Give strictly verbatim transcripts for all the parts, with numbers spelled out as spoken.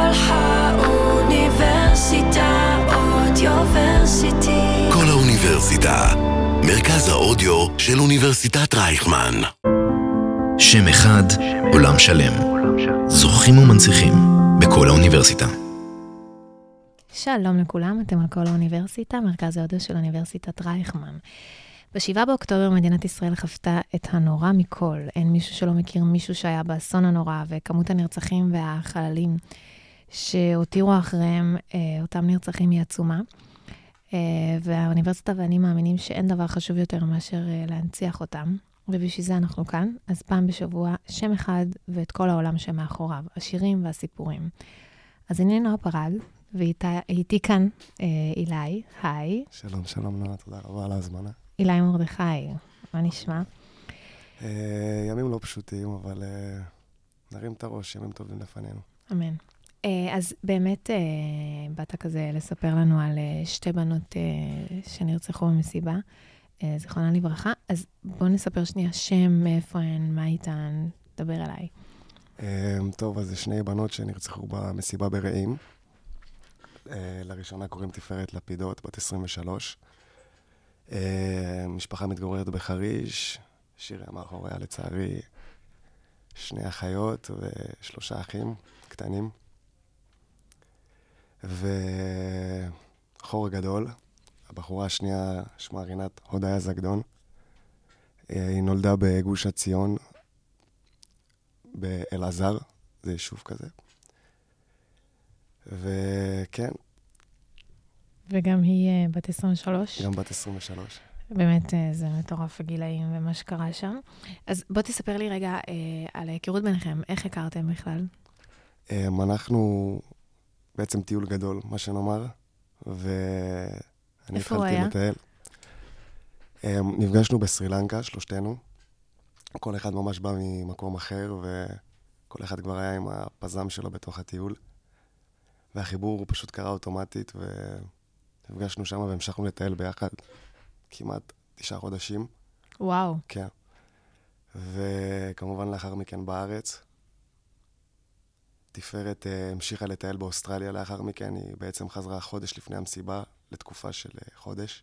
כל האוניברסיטה אודיוורסיטי. כל האוניברסיטה, מרכז האודיו של אוניברסיטת רייכמן. שם אחד, עולם שלם. זוכים ומנציחים בכל האוניברסיטה. שלום לכולם, אתם על כל האוניברסיטה, מרכז האודיו של אוניברסיטת רייכמן. בשבעה באוקטובר מדינת ישראל חוותה את הנורא מכל. אין מישהו שלא מכיר מישהו שהיה באסון הנורא, וכמות הנרצחים והחללים שהותירו אחריהם אותם נרצחים היא עצומה. והאוניברסיטה ואני מאמינים שאין דבר חשוב יותר מאשר להנציח אותם, ובשביל זה אנחנו כאן. אז פעם בשבוע שם אחד ואת כל העולם שמאחוריו, השירים והסיפורים. אז אני נועה פרג, ואיתי כאן אילי, היי. שלום, שלום נועה, תודה רבה על ההזמנה. אילי מרדכי, מה נשמע? ימים לא פשוטים, אבל נרים את הראש, ימים טובים לפנינו. אמן. אז באמת באת כזה לספר לנו על שתי בנות שנרצחו במסיבה, זיכרונן לברכה. אז בוא נספר שנייה שם, מאיפה הן, מה איתן, דבר עליי. טוב, אז זה שני בנות שנרצחו במסיבה ברעים. לראשונה קוראים תפארת לפידות, בת עשרים ושלוש. משפחה מתגוררת בחריש, שירי מאחוריה לצערי, שני אחיות ושלושה אחים קטנים. וחור גדול, הבחורה השנייה שמה רינת הודיה זגדון. היא נולדה בגוש הציון, באלעזר, זה יישוב כזה. וכן. וגם היא בת עשרים ושלוש. גם בת עשרים ושלוש. באמת, זה מטורף הגילאים ומה שקרה שם. אז בוא תספר לי רגע אה, על ההיכרות ביניכם. איך הכרתם בכלל? אה, אנחנו בעצם טיול גדול, מה שנאמר, ואני התחלתי לטייל. אה, נפגשנו בסרילנקה, שלושתנו. כל אחד ממש בא ממקום אחר, וכל אחד כבר היה עם הפזם שלו בתוך הטיול. והחיבור פשוט קרה אוטומטית, ונפגשנו שם והמשכנו לטייל ביחד כמעט תשעה חודשים. וואו. כן. וכמובן לאחר מכן בארץ. תפארת uh, המשיכה לטייל באוסטרליה לאחר מכן, היא בעצם חזרה חודש לפני המסיבה, לתקופה של uh, חודש.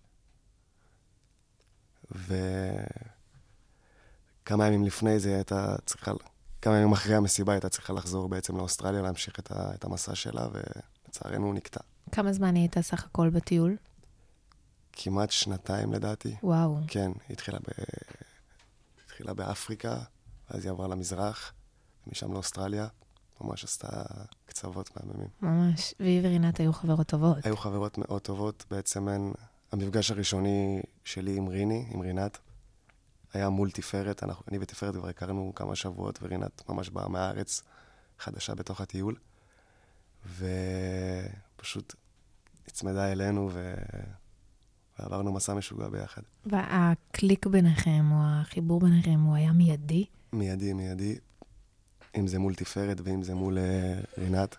וכמה ימים לפני זה הייתה צריכה, כמה ימים אחרי המסיבה הייתה צריכה לחזור בעצם לאוסטרליה, להמשיך את, ה, את המסע שלה, ולצערנו הוא נקטע. כמה זמן היא הייתה סך הכל בטיול? כמעט שנתיים לדעתי. וואו. כן, היא התחילה, ב... התחילה באפריקה, ואז היא עברה למזרח, ומשם לאוסטרליה. ממש עשתה קצוות מהממים. ממש. והיא ורינת היו חברות טובות. היו חברות מאוד טובות. בעצם אין... המפגש הראשוני שלי עם ריני, עם רינת, היה מול תפארת. אנחנו, אני ותפארת כבר הכרנו כמה שבועות, ורינת ממש באה מהארץ חדשה בתוך הטיול. ופשוט הצמדה אלינו, ו... ועברנו מסע משוגע ביחד. והקליק ביניכם, או החיבור ביניכם, הוא היה מיידי? מיידי, מיידי. אם זה מול תפארת ואם זה מול uh, רינת.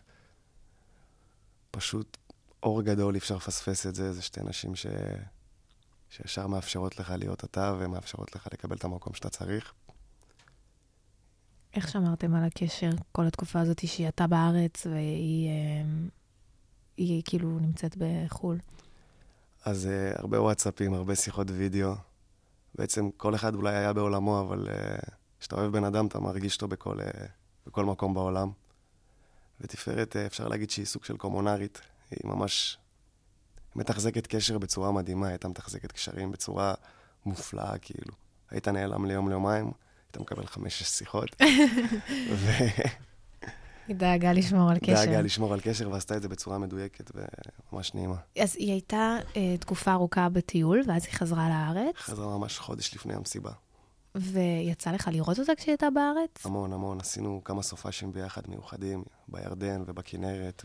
פשוט אור גדול, אי אפשר לפספס את זה. זה שתי נשים ש... שישר מאפשרות לך להיות אתה, ומאפשרות לך לקבל את המקום שאתה צריך. איך שמרתם על הקשר כל התקופה הזאת שהיא אתה בארץ, והיא uh, היא כאילו נמצאת בחול? אז uh, הרבה וואטסאפים, הרבה שיחות וידאו. בעצם כל אחד אולי היה בעולמו, אבל כשאתה uh, אוהב בן אדם, אתה מרגיש אותו בכל... Uh, בכל מקום בעולם. ותפארת, אפשר להגיד שהיא סוג של קומונרית. היא ממש מתחזקת קשר בצורה מדהימה, הייתה מתחזקת קשרים בצורה מופלאה, כאילו. היית נעלם ליום ליומיים, היית מקבל חמש שיחות. ו... היא דאגה לשמור על קשר. דאגה לשמור על קשר, ועשתה את זה בצורה מדויקת וממש נעימה. אז היא הייתה אה, תקופה ארוכה בטיול, ואז היא חזרה לארץ? חזרה ממש חודש לפני המסיבה. ויצא לך לראות אותה כשהייתה בארץ? המון, המון. עשינו כמה סופשים ביחד מיוחדים, בירדן ובכנרת,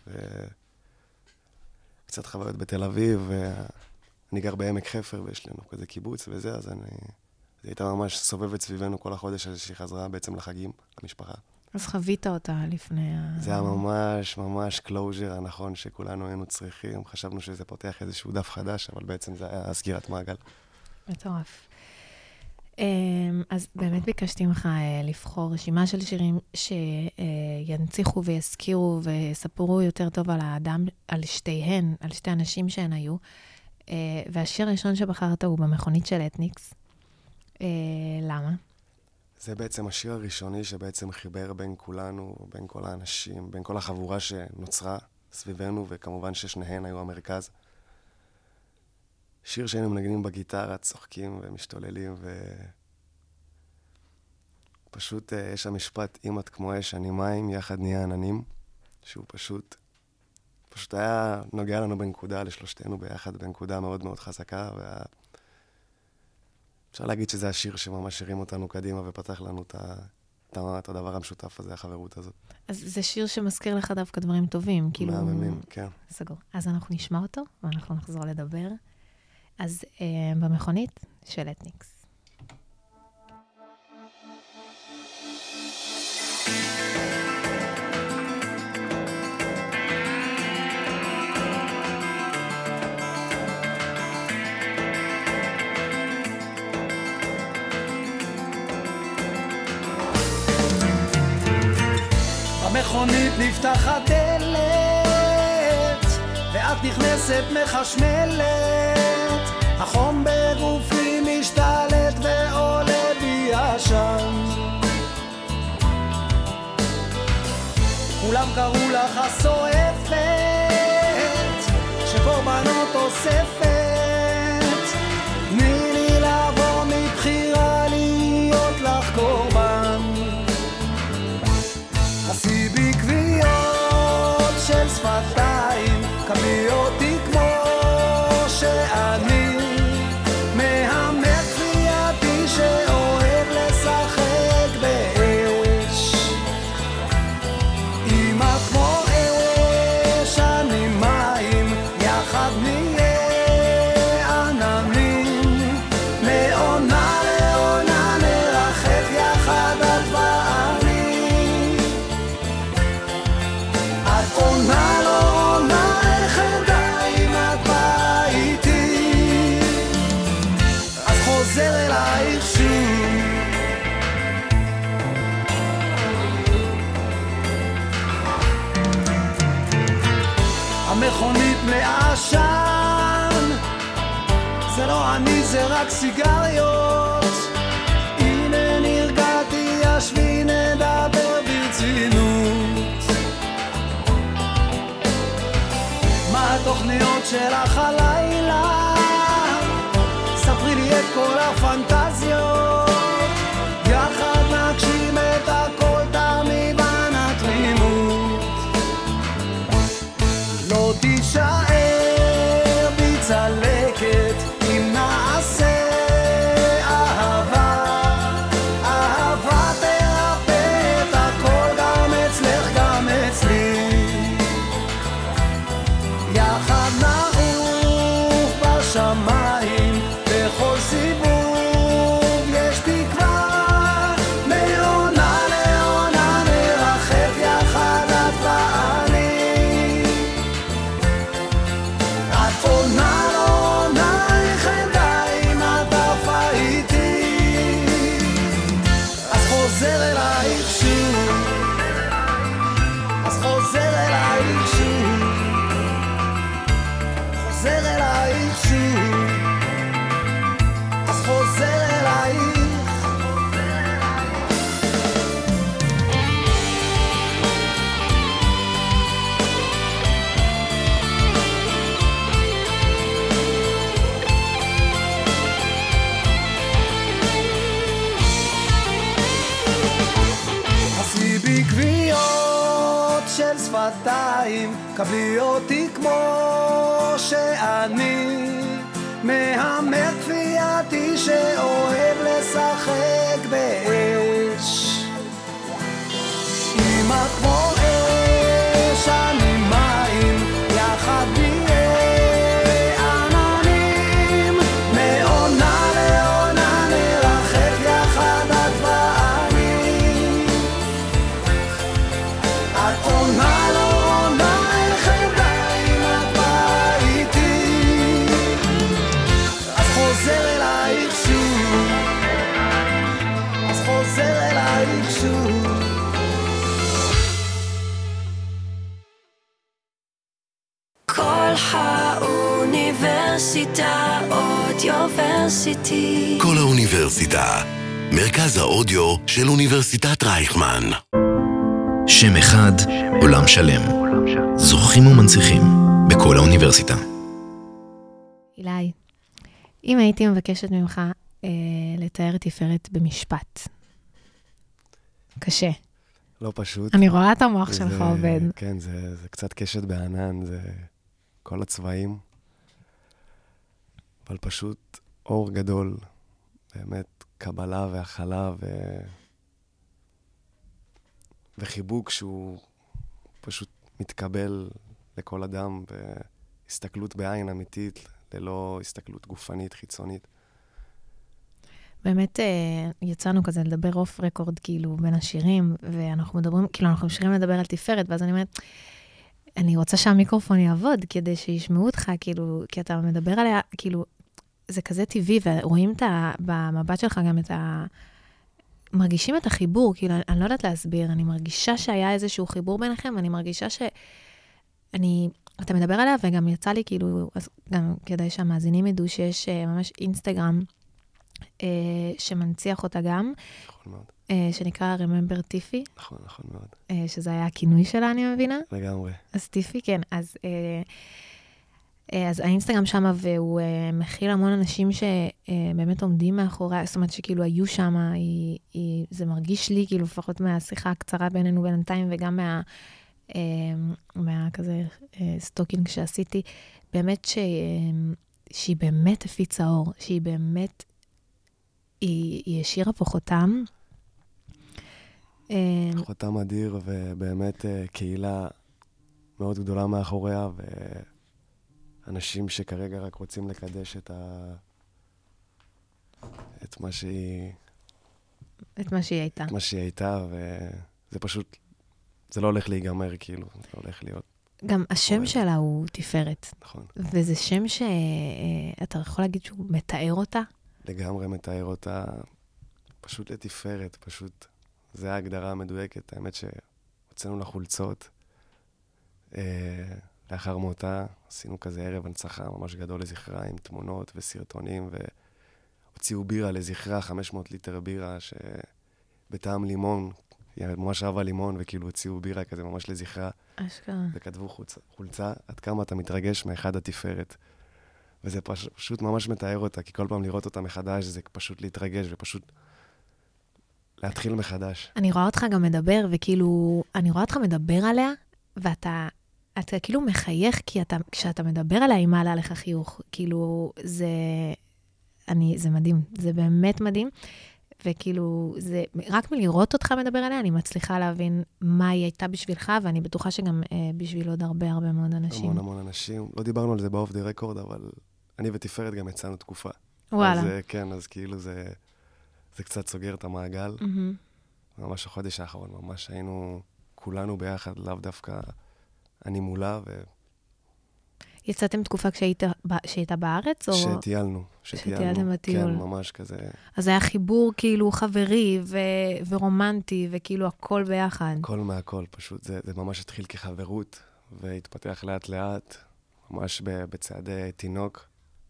וקצת חוויות בתל אביב, ואני גר בעמק חפר, ויש לנו כזה קיבוץ וזה, אז אני... זה הייתה ממש סובבת סביבנו כל החודש הזה שהיא חזרה בעצם לחגים, למשפחה. אז חווית אותה לפני ה... זה היה ממש, ממש קלוז'ר הנכון שכולנו היינו צריכים. חשבנו שזה פותח איזשהו דף חדש, אבל בעצם זה היה סגירת מעגל. מטורף. אז באמת ביקשתי ממך לבחור רשימה של שירים שינציחו ויזכירו ויספרו יותר טוב על האדם, על שתיהן, על שתי אנשים שהן היו. והשיר הראשון שבחרת הוא במכונית של אתניקס. למה? זה בעצם השיר הראשוני שבעצם חיבר בין כולנו, בין כל האנשים, בין כל החבורה שנוצרה סביבנו, וכמובן ששניהן היו המרכז. שיר שהיינו מנגנים בגיטרה, צוחקים ומשתוללים, ופשוט יש שם משפט, אם את כמו אש, אני מים, יחד נהיה עננים, שהוא פשוט, פשוט היה נוגע לנו בנקודה, לשלושתנו ביחד, בנקודה מאוד מאוד חזקה, וה... אפשר להגיד שזה השיר שממש שירים אותנו קדימה ופתח לנו את, ה... את הדבר המשותף הזה, החברות הזאת. אז זה שיר שמזכיר לך דווקא דברים טובים, כאילו... מהממים, כן. סגור. אז אנחנו נשמע אותו, ואנחנו נחזור לדבר. אז אה, במכונית של אתניקס. במכונית נפתחת דלת, ואת נכנסת מחשמלת, החום בגופי משתלט ועולה בי עשן. כולם קראו לך הסועפת, שקורבנות אוספת, תני לי לבוא מבחירה להיות לך קורבן. עשי בי קביעות של שפתיים, קבלי אותי כמו שאני, מהמר כפייתי שאוהב לשחק באש. אם את כמו אש, אני מים, יחד נהיה עננים, מעונה לעונה נרחף יחד את ואני. את עונה לא עונה, איך אדע אם את באה איתי, אז חוזר אלייך שוב. המכונית מלאה עשן, זה לא אני, זה רק סיגריות. הנה נרגעתי, ישבי נדבר ברצינות. מה התוכניות שלך הלילה? ספרי לי את כל הפנטזיות, יחד נגשים את הכל תמיד בתמימות. לא תישאר בי צלקת אם נעשה אהבה, אהבה תרפא את הכל גם אצלך גם אצלי. יחד נעוף בשמיים בכל סיבוב, יש תקווה, מעונה לעונה נרחף יחד את ואני. את עונה לא עונה, איך אדע אם את עפה איתי, אז חוזר אלייך שוב, אז חוזר אלייך שוב, חוזר אלייך שוב, אז חוזר אלייך. עשי בי קביעות של שפתיים, קבלי אותי כמו שאני, מהמר כפייתי שאוהב לשחק באש. אם את כמו אש, אני מים, יחד נהיה עננים, מעונה לעונה נרחף יחד את ואני. את עונה לא עונה, איך אדע אם את באה איתי, אז חוזר אלייך שוב, האוניברסיטה אודיוורסיטי. כל האוניברסיטה, מרכז האודיו של אוניברסיטת רייכמן. שם אחד, עולם שלם. זוכים ומנציחים בכל האוניברסיטה. אילי, אם הייתי מבקשת ממך אה, לתאר את תפארת במשפט. קשה. לא פשוט. אני רואה את המוח זה, שלך עובד. כן, זה, זה קצת קשת בענן, זה כל הצבעים. אבל פשוט אור גדול, באמת קבלה והכלה ו... וחיבוק שהוא פשוט מתקבל לכל אדם בהסתכלות בעין אמיתית, ללא הסתכלות גופנית, חיצונית. באמת יצאנו כזה לדבר אוף רקורד כאילו בין השירים, ואנחנו מדברים, כאילו אנחנו משאירים לדבר על תפארת, ואז אני אומרת, אני רוצה שהמיקרופון יעבוד כדי שישמעו אותך, כאילו, כי אתה מדבר עליה, כאילו, זה כזה טבעי, ורואים את ה, במבט שלך גם את ה... מרגישים את החיבור, כאילו, אני לא יודעת להסביר, אני מרגישה שהיה איזשהו חיבור ביניכם, אני מרגישה ש... אני... אתה מדבר עליה, וגם יצא לי, כאילו, אז גם כדי שהמאזינים ידעו שיש ממש אינסטגרם, אה, שמנציח אותה גם, נכון מאוד. אה, שנקרא Remember טיפי. נכון, נכון מאוד. אה, שזה היה הכינוי שלה, אני מבינה. לגמרי. אז טיפי, כן. אז, אה, אה, אז האינסטגרם שמה, והוא אה, מכיל המון אנשים שבאמת עומדים מאחורי, זאת אומרת שכאילו היו שמה, היא, היא, זה מרגיש לי, כאילו לפחות מהשיחה הקצרה בינינו בינתיים, וגם מה, אה, מה כזה אה, סטוקינג שעשיתי, באמת ש, אה, שהיא באמת הפיצה אור, שהיא באמת, היא, היא השאירה פה חותם. חותם אדיר, ובאמת קהילה מאוד גדולה מאחוריה, ואנשים שכרגע רק רוצים לקדש את ה... את מה שהיא... את מה שהיא הייתה. את מה שהיא הייתה, וזה פשוט... זה לא הולך להיגמר, כאילו, זה לא הולך להיות... גם השם שלה הוא תפארת. נכון. וזה שם שאתה יכול להגיד שהוא מתאר אותה? לגמרי מתאר אותה, פשוט לתפארת, פשוט... זה ההגדרה המדויקת, האמת שהוצאנו לחולצות. אה, לאחר מותה, עשינו כזה ערב הנצחה ממש גדול לזכרה, עם תמונות וסרטונים, והוציאו בירה לזכרה, חמש מאות ליטר בירה, שבטעם לימון, היא ממש אהבה לימון, וכאילו הוציאו בירה כזה ממש לזכרה. אשכרה. וכתבו חולצה, חולצה, עד כמה אתה מתרגש מאחד התפארת. וזה פש, פשוט ממש מתאר אותה, כי כל פעם לראות אותה מחדש, זה פשוט להתרגש, ופשוט... להתחיל מחדש. אני רואה אותך גם מדבר, וכאילו, אני רואה אותך מדבר עליה, ואתה, אתה כאילו מחייך, כי אתה, כשאתה מדבר עליה, היא מעלה לך חיוך. כאילו, זה, אני, זה מדהים, זה באמת מדהים, וכאילו, זה, רק מלראות אותך מדבר עליה, אני מצליחה להבין מה היא הייתה בשבילך, ואני בטוחה שגם אה, בשביל עוד הרבה הרבה מאוד אנשים. המון המון אנשים. לא דיברנו על זה באוף די רקורד, אבל אני ותפארת גם יצאנו תקופה. וואלה. אז כן, אז כאילו זה... זה קצת סוגר את המעגל. Mm-hmm. ממש החודש האחרון, ממש היינו כולנו ביחד, לאו דווקא אני מולה. ו... יצאתם תקופה כשהיית, כשהיית בארץ? או... שטיילנו. שטיילתם בטיול. כן, ממש כזה. אז היה חיבור כאילו חברי ו... ורומנטי, וכאילו הכל ביחד. הכל מהכל, פשוט. זה, זה ממש התחיל כחברות, והתפתח לאט לאט, ממש בצעדי תינוק,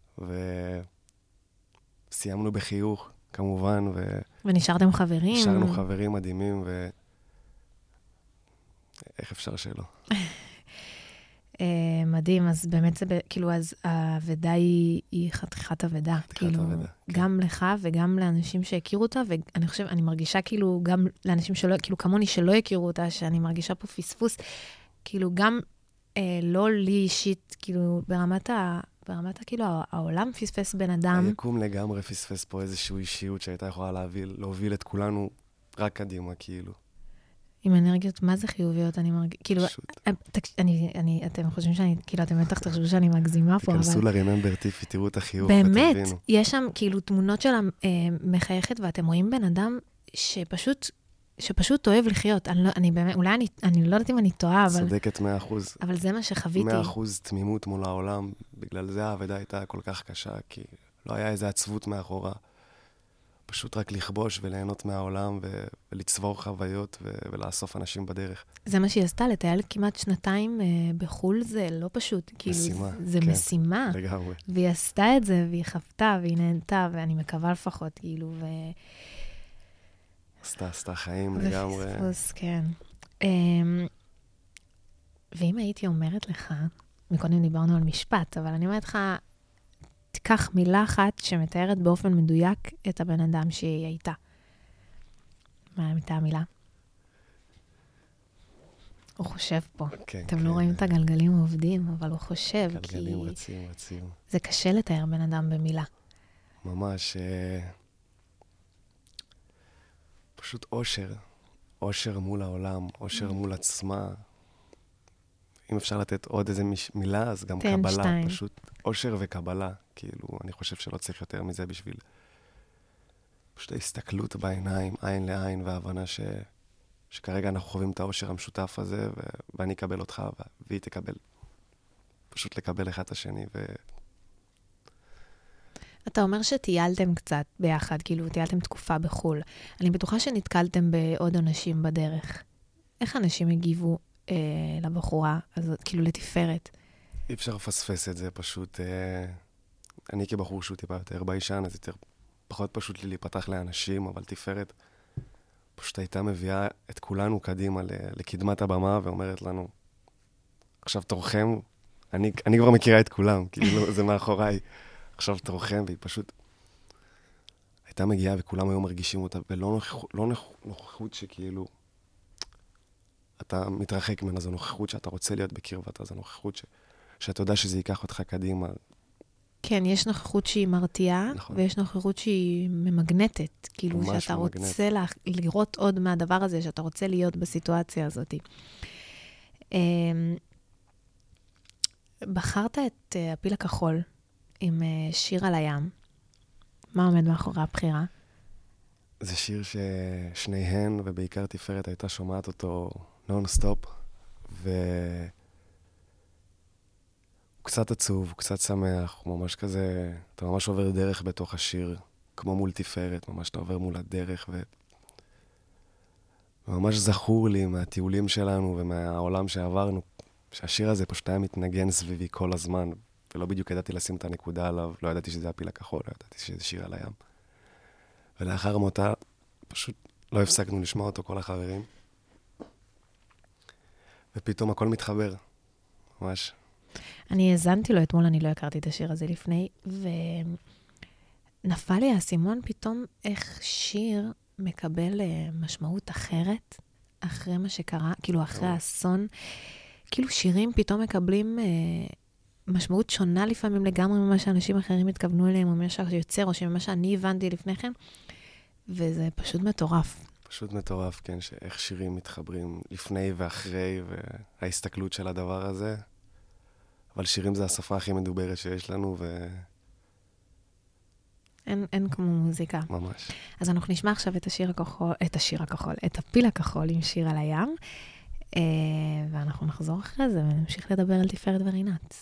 וסיימנו בחיוך. כמובן, ו... ונשארתם חברים. נשארנו חברים מדהימים, ו... איך אפשר שלא? מדהים, אז באמת זה, כאילו, אז העבדה היא חתיכת עבדה. כאילו, גם לך וגם לאנשים שהכירו אותה, ואני חושב, אני מרגישה כאילו, גם לאנשים שלא, כאילו, כמוני שלא הכירו אותה, שאני מרגישה פה פספוס, כאילו, גם לא לי אישית, כאילו, ברמת ה... ברמת כאילו, העולם פספס בן אדם. היקום לגמרי פספס פה איזושהי אישיות שהייתה יכולה להוביל, להוביל את כולנו רק קדימה, כאילו. עם אנרגיות, מה זה חיוביות? אני מרגיש, כאילו, אני, אני, אתם חושבים שאני, כאילו, אתם בטח תחשבו שאני מגזימה פה, אבל... תכנסו ל-Remember טיפי, תראו את החיוך באמת, ותבינו. יש שם, כאילו, תמונות שלה מחייכת, ואתם רואים בן אדם שפשוט... שפשוט אוהב לחיות. אני, לא, אני באמת, אולי אני, אני לא יודעת אם אני טועה, אבל... צודקת מאה אחוז. אבל זה מה שחוויתי. מאה אחוז תמימות מול העולם. בגלל זה העבודה הייתה כל כך קשה, כי לא היה איזו עצבות מאחורה. פשוט רק לכבוש וליהנות מהעולם ו- ולצבור חוויות ו- ולאסוף אנשים בדרך. זה מה שהיא עשתה, לטייל כמעט שנתיים אה, בחול, זה לא פשוט. משימה, כאילו, זה כן, משימה. לגמרי. והיא עשתה את זה, והיא חוותה, והיא נהנתה, ואני מקווה לפחות, כאילו, ו... עשתה, עשתה חיים לגמרי. ופספוס, כן. Um, ואם הייתי אומרת לך, מקודם דיברנו על משפט, אבל אני אומרת לך, תיקח מילה אחת שמתארת באופן מדויק את הבן אדם שהיא הייתה. מה הייתה המילה? הוא חושב פה. כן, אתם כן. לא רואים את הגלגלים העובדים, אבל הוא חושב, גלגלים כי רצים, רצים. זה קשה לתאר בן אדם במילה. ממש, אה, פשוט אושר. אושר מול העולם, אושר מול עצמה. אם אפשר לתת עוד איזה מש- מילה, אז גם תן קבלה. שתיים. פשוט אושר וקבלה. כאילו, אני חושב שלא צריך יותר מזה בשביל... פשוט ההסתכלות בעיניים, עין לעין, וההבנה ש... שכרגע אנחנו חווים את האושר המשותף הזה, ו... ואני אקבל אותך, ו... והיא תקבל. פשוט לקבל אחד את השני, ו... אתה אומר שטיילתם קצת ביחד, כאילו טיילתם תקופה בחול. אני בטוחה שנתקלתם בעוד אנשים בדרך. איך אנשים הגיבו אה, לבחורה הזאת, כאילו לתפארת? אי אפשר לפספס את זה, פשוט... אה... אני כבחור שהוא טיפה יותר ביישן, אז יותר... פחות פשוט לי להיפתח לאנשים, אבל תפארת פשוט הייתה מביאה את כולנו קדימה ל... לקדמת הבמה, ואומרת לנו, עכשיו תורכם, אני, אני כבר מכירה את כולם, כאילו זה מאחוריי. עכשיו תורכם, והיא פשוט הייתה מגיעה וכולם היו מרגישים אותה, ולא נוכחות, לא נוכחות שכאילו אתה מתרחק ממנה, זו נוכחות שאתה רוצה להיות בקרבתה, זו נוכחות ש... שאתה יודע שזה ייקח אותך קדימה. כן, יש נוכחות שהיא מרתיעה, נכון. ויש נוכחות שהיא ממגנטת. כאילו ממש שאתה ממגנט. רוצה לה... לראות עוד מהדבר הזה, שאתה רוצה להיות בסיטואציה הזאת. אמ, בחרת את אה, הפיל הכחול עם אה, שיר על הים. מה עומד מאחורי הבחירה? זה שיר ששניהן, ובעיקר תפארת, הייתה שומעת אותו נון-סטופ, והוא קצת עצוב, הוא קצת שמח, הוא ממש כזה, אתה ממש עובר דרך בתוך השיר, כמו מול תפארת, ממש אתה עובר מול הדרך, ו... וממש זכור לי מהטיולים שלנו ומהעולם שעברנו, שהשיר הזה פשוט היה מתנגן סביבי כל הזמן, ולא בדיוק ידעתי לשים את הנקודה עליו, לא ידעתי שזה הפיל הכחול, לא ידעתי שזה שיר על הים. ולאחר מותה, פשוט לא הפסקנו לשמוע אותו כל החברים. ופתאום הכל מתחבר, ממש. אני האזנתי לו אתמול, אני לא הכרתי את השיר הזה לפני, ונפל לי האסימון פתאום איך שיר מקבל משמעות אחרת, אחרי מה שקרה, כאילו אחרי האסון. כאילו שירים פתאום מקבלים משמעות שונה לפעמים לגמרי ממה שאנשים אחרים התכוונו אליהם, או ממה שיוצר, או ממה שאני הבנתי לפני כן, וזה פשוט מטורף. פשוט מטורף, כן, שאיך שירים מתחברים לפני ואחרי, וההסתכלות של הדבר הזה. אבל שירים זה השפה הכי מדוברת שיש לנו, ו... אין, אין כמו מוזיקה. ממש. אז אנחנו נשמע עכשיו את השיר הכחול, את השיר הכחול, את הפיל הכחול עם שיר על הים, ואנחנו נחזור אחרי זה ונמשיך לדבר על תפארת ורינת.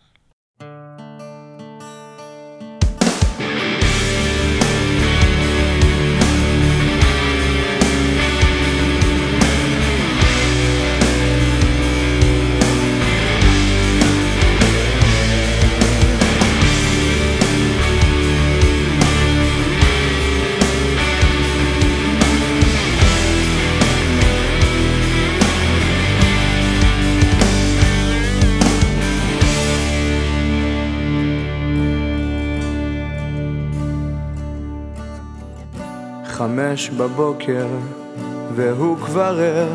חמש בבוקר והוא כבר ער,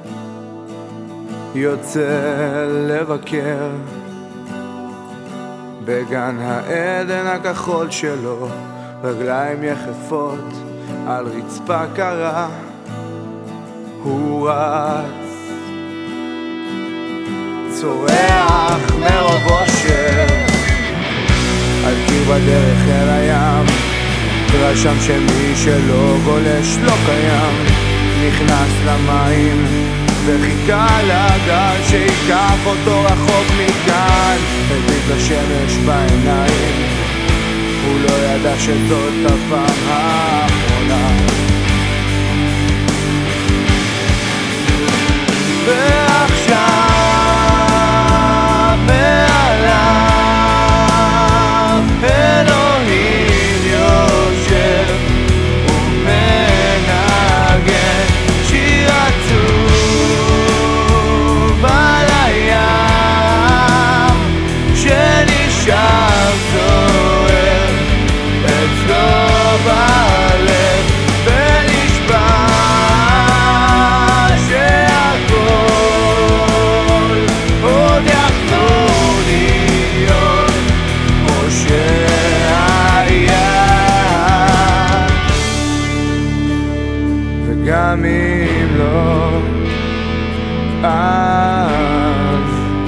יוצא לבקר בגן העדן הכחול שלו, רגליים יחפות על רצפה קרה, הוא רץ צורח מרוב אושר על קיר בדרך אל הים, רשם שמי שלא גולש לא קיים, נכנס למים וחיכה לגל שיקח אותו רחוק מכאן, הביט לשמש בעיניים הוא לא ידע שזאת הפעם האחרונה. ועכשיו מעליו אלוהים יושב ומנגן שיר עצוב על הים שנשאר זוהר אצלו בלב ונשבע שהכל עוד יחזור להיות כמו שהיה. וגם אם לא אז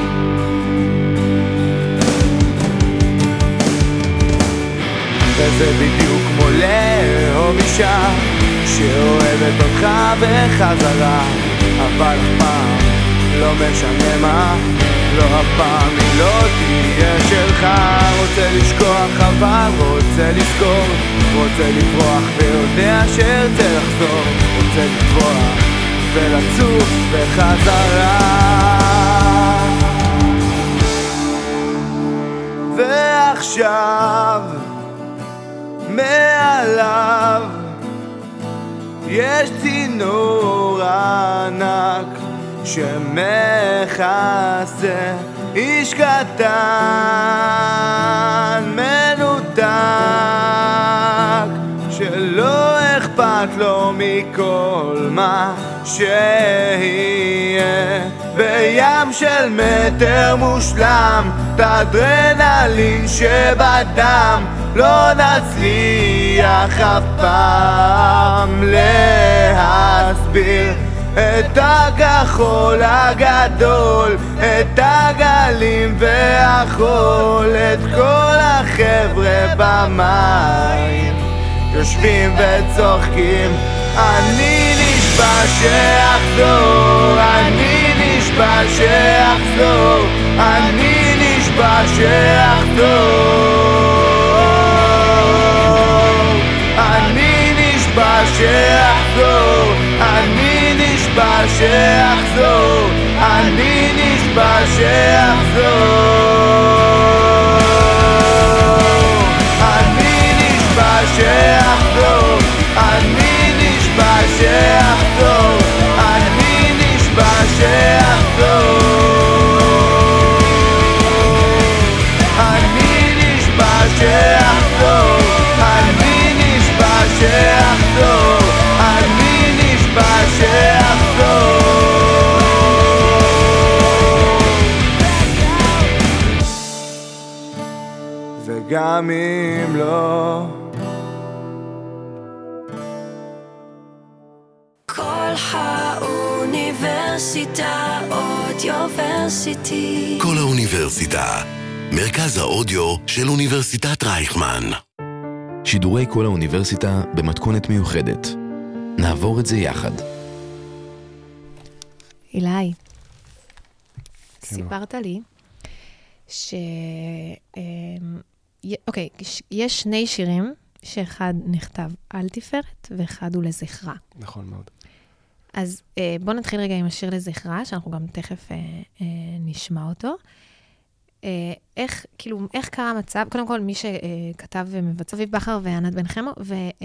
וזה בדיוק כמו לאהוב אישה שאוהבת אותך בחזרה, אבל אף פעם לא משנה מה, לא אף פעם היא לא תהיה שלך. רוצה לשכוח אבל רוצה לזכור, רוצה לברוח ויודע שארצה לחזור, רוצה לברוח ולצוף בחזרה. ועכשיו מעליו יש צינור ענק שמכסה איש קטן מנותק שלא אכפת לו מכל מה שיהיה. בים של מטר מושלם את האדרנלין שבדם לא נצליח אף פעם להסביר את הכחול הגדול, את הגלים והחול, את כל החבר'ה במים יושבים וצוחקים. אני נשבע שאחזור, אני נשבע שאחזור, אני נשבע שאחזור, אני נשבע שאחזור, אני נשבע שאחזור, אני נשבע שאחזור, אני נשבע שאחזור, אני נשבע שאחזור, אני נשבע שאחזור, אני נשבע שאחזור, אני נשבע שאחזור, אני נשבע שאחזור. וגם אם לא כל האוניברסיטה אודיוורסיטי. כל האוניברסיטה, מרכז האודיו של אוניברסיטת רייכמן. שידורי כל האוניברסיטה במתכונת מיוחדת. נעבור את זה יחד. אילי, סיפרת לי ש... אוקיי, יש שני שירים שאחד נכתב על תפארת ואחד הוא לזכרה. נכון מאוד. אז בוא נתחיל רגע עם השיר לזכרה, שאנחנו גם תכף נשמע אותו. איך, כאילו, איך קרה המצב? קודם כל, מי שכתב ומבצע, אביב בכר וענת בן חמו,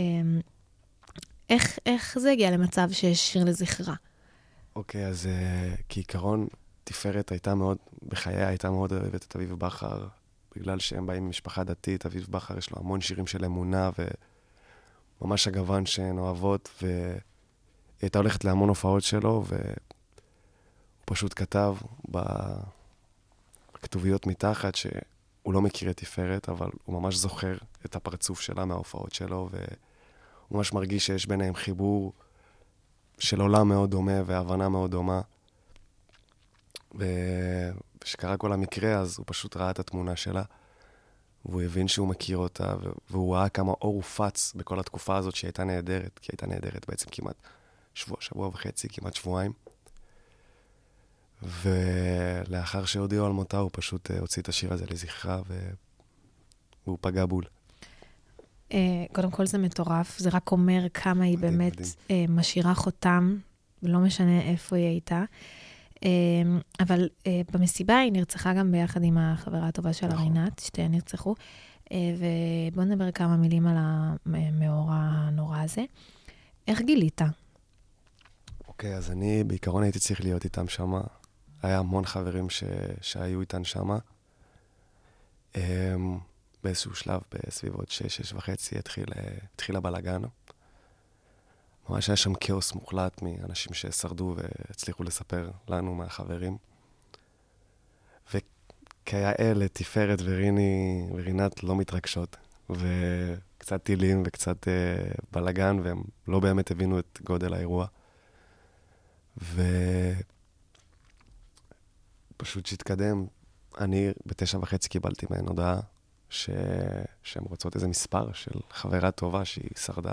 ואיך איך זה הגיע למצב שיש שיר לזכרה? אוקיי, אז כעיקרון, תפארת הייתה מאוד, בחייה הייתה מאוד אוהבת את אביב בכר, בגלל שהם באים ממשפחה דתית. אביב בכר יש לו המון שירים של אמונה, וממש הגוון שהן אוהבות, והיא הייתה הולכת להמון הופעות שלו, והוא פשוט כתב בכתוביות מתחת שהוא לא מכיר את תפארת, אבל הוא ממש זוכר את הפרצוף שלה מההופעות שלו, והוא ממש מרגיש שיש ביניהם חיבור של עולם מאוד דומה והבנה מאוד דומה. וכשקרה כל המקרה, אז הוא פשוט ראה את התמונה שלה, והוא הבין שהוא מכיר אותה, והוא ראה כמה אור הופץ בכל התקופה הזאת שהיא הייתה נהדרת, כי היא הייתה נהדרת בעצם כמעט שבוע, שבוע וחצי, כמעט שבועיים. ולאחר שהודיעו על מותה, הוא פשוט הוציא את השיר הזה לזכרה, והוא פגע בול. קודם כל זה מטורף, זה רק אומר כמה היא מדהים, באמת מדהים. משאירה חותם, ולא משנה איפה היא הייתה. אבל במסיבה היא נרצחה גם ביחד עם החברה הטובה של רינת, שתיהן נרצחו, ובואו נדבר כמה מילים על המאורע הנורא הזה. איך גילית? אוקיי, אז אני בעיקרון הייתי צריך להיות איתם שמה. היה המון חברים ש... שהיו איתן שמה. באיזשהו שלב, בסביבות שש, שש וחצי, התחיל, התחיל הבלגן. ממש היה שם כאוס מוחלט מאנשים ששרדו והצליחו לספר לנו מהחברים. וכיאה לתפארת וריני, ורינת לא מתרגשות, וקצת טילים וקצת uh, בלגן, והם לא באמת הבינו את גודל האירוע. ופשוט שהתקדם, אני בתשע וחצי קיבלתי מהן הודעה ש... שהן רוצות איזה מספר של חברה טובה שהיא שרדה.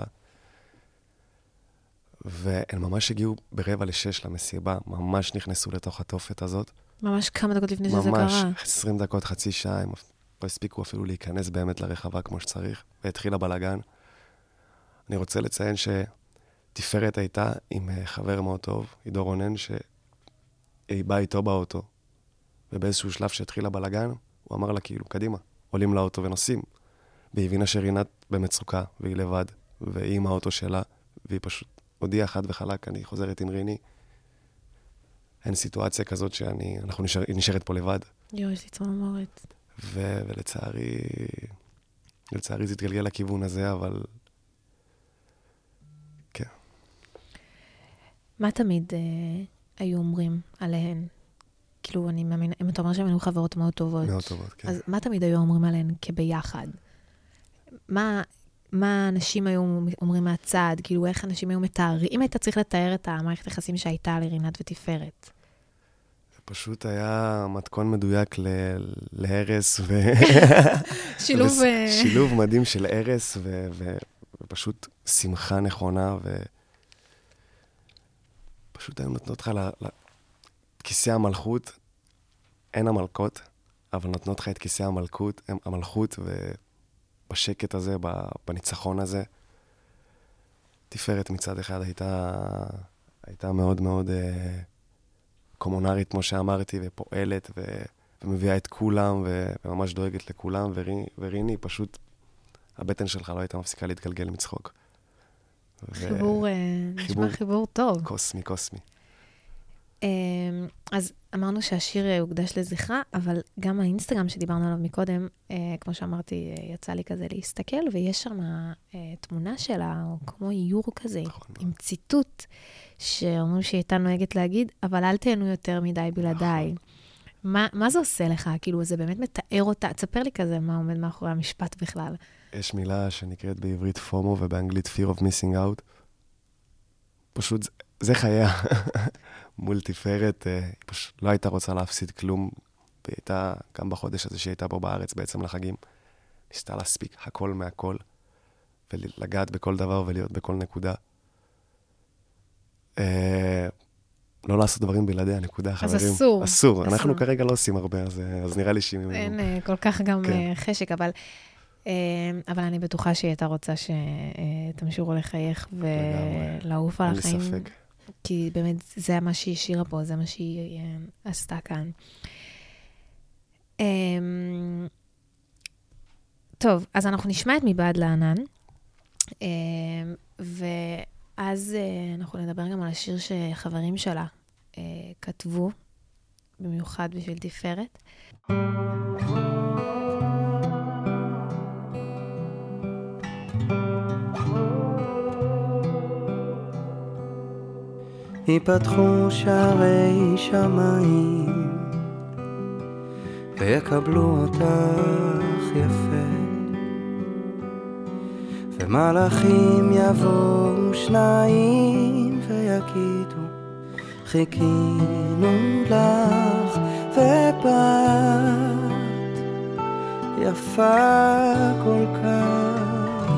והן ממש הגיעו ברבע לשש למסיבה, ממש נכנסו לתוך התופת הזאת. ממש כמה דקות לפני שזה קרה. ממש עשרים דקות, חצי שעה, הם לא הספיקו אפילו להיכנס באמת לרחבה כמו שצריך, והתחיל הבלגן. אני רוצה לציין שתפארת הייתה עם חבר מאוד טוב, עידו רונן, שהיא באה איתו באוטו, ובאיזשהו שלב שהתחיל הבלגן, הוא אמר לה כאילו, קדימה, עולים לאוטו ונוסעים. והיא הבינה שרינת במצוקה, והיא לבד, והיא עם האוטו שלה, והיא פשוט הודיעה חד וחלק, אני חוזרת עם ריני. אין סיטואציה כזאת שאני, אנחנו נשאר, נשארת פה לבד. יו, יש לי צמרמורת. ו, ולצערי, לצערי זה התגלגל לכיוון הזה, אבל כן. מה תמיד אה, היו אומרים עליהן? כאילו, אני מאמין, אם אתה אומר שהן היו חברות מאוד טובות. מאוד טובות, כן. אז מה תמיד היו אומרים עליהן כביחד? מה... מה אנשים היו אומרים מהצד, כאילו איך אנשים היו מתארים, אם היית צריך לתאר את המערכת היחסים שהייתה לרינת ותפארת. זה פשוט היה מתכון מדויק ל... להרס, ו... שילוב... שילוב מדהים של הרס, ו... ו... ופשוט שמחה נכונה, ופשוט היו נותנות לך לכיסא המלכות, אין המלכות, אבל נותנות לך את כיסא המלכות, המלכות, ו... בשקט הזה, בניצחון הזה. תפארת מצד אחד הייתה, הייתה מאוד מאוד אה, קומונרית, כמו שאמרתי, ופועלת, ו, ומביאה את כולם, ו, וממש דואגת לכולם, וריני, וריני פשוט, הבטן שלך לא הייתה מפסיקה להתגלגל מצחוק. חיבור, ו... חיבור, נשמע חיבור טוב. קוסמי, קוסמי. אז אמרנו שהשיר הוקדש לזכרה, אבל גם האינסטגרם שדיברנו עליו מקודם, כמו שאמרתי, יצא לי כזה להסתכל, ויש שם תמונה שלה, או כמו איור כזה, עם ציטוט, שאומרים שהיא הייתה נוהגת להגיד, אבל אל תהנו יותר מדי בלעדיי. מה, מה זה עושה לך? כאילו, זה באמת מתאר אותה. תספר לי כזה מה עומד מאחורי המשפט בכלל. יש מילה שנקראת בעברית פומו, ובאנגלית fear of missing out. פשוט, זה חייה. מול תפארת, היא פשוט לא הייתה רוצה להפסיד כלום, והיא הייתה, גם בחודש הזה שהיא הייתה פה בארץ בעצם לחגים, ניסתה להספיק הכל מהכל, ולגעת בכל דבר ולהיות בכל נקודה. אה, לא לעשות דברים בלעדי, הנקודה, חברים. אז אסור. אסור, אנחנו כרגע לא עושים הרבה, אז, אז נראה לי שאם... אין כל כך גם כן. חשק, אבל, אבל אני בטוחה שהיא הייתה רוצה שתמשיכו לחייך ולעוף על החיים. אין לי ספק. כי באמת זה מה שהיא השאירה פה, זה מה שהיא עשתה כאן. טוב, אז אנחנו נשמע את מבעד לענן, ואז אנחנו נדבר גם על השיר שחברים שלה כתבו, במיוחד בשביל תפארת. ייפתחו שערי שמיים ויקבלו אותך יפה, ומלאכים יבואו שניים ויגידו חיכינו לך, ובת יפה כל כך,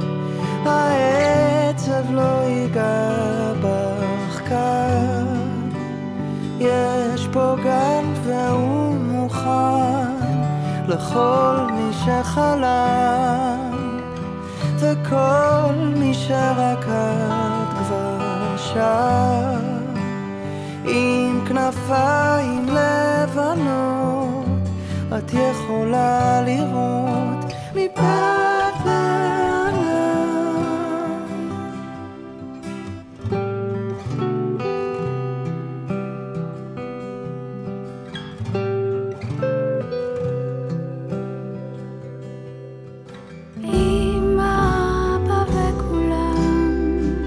העצב לא ייגע בך כאן, יש פה גן והוא מוכן לכל מי שחלם, וכל מי שרק את כבר שם עם כנפיים לבנות את יכולה לראות מפת לענן עם אבא וכולם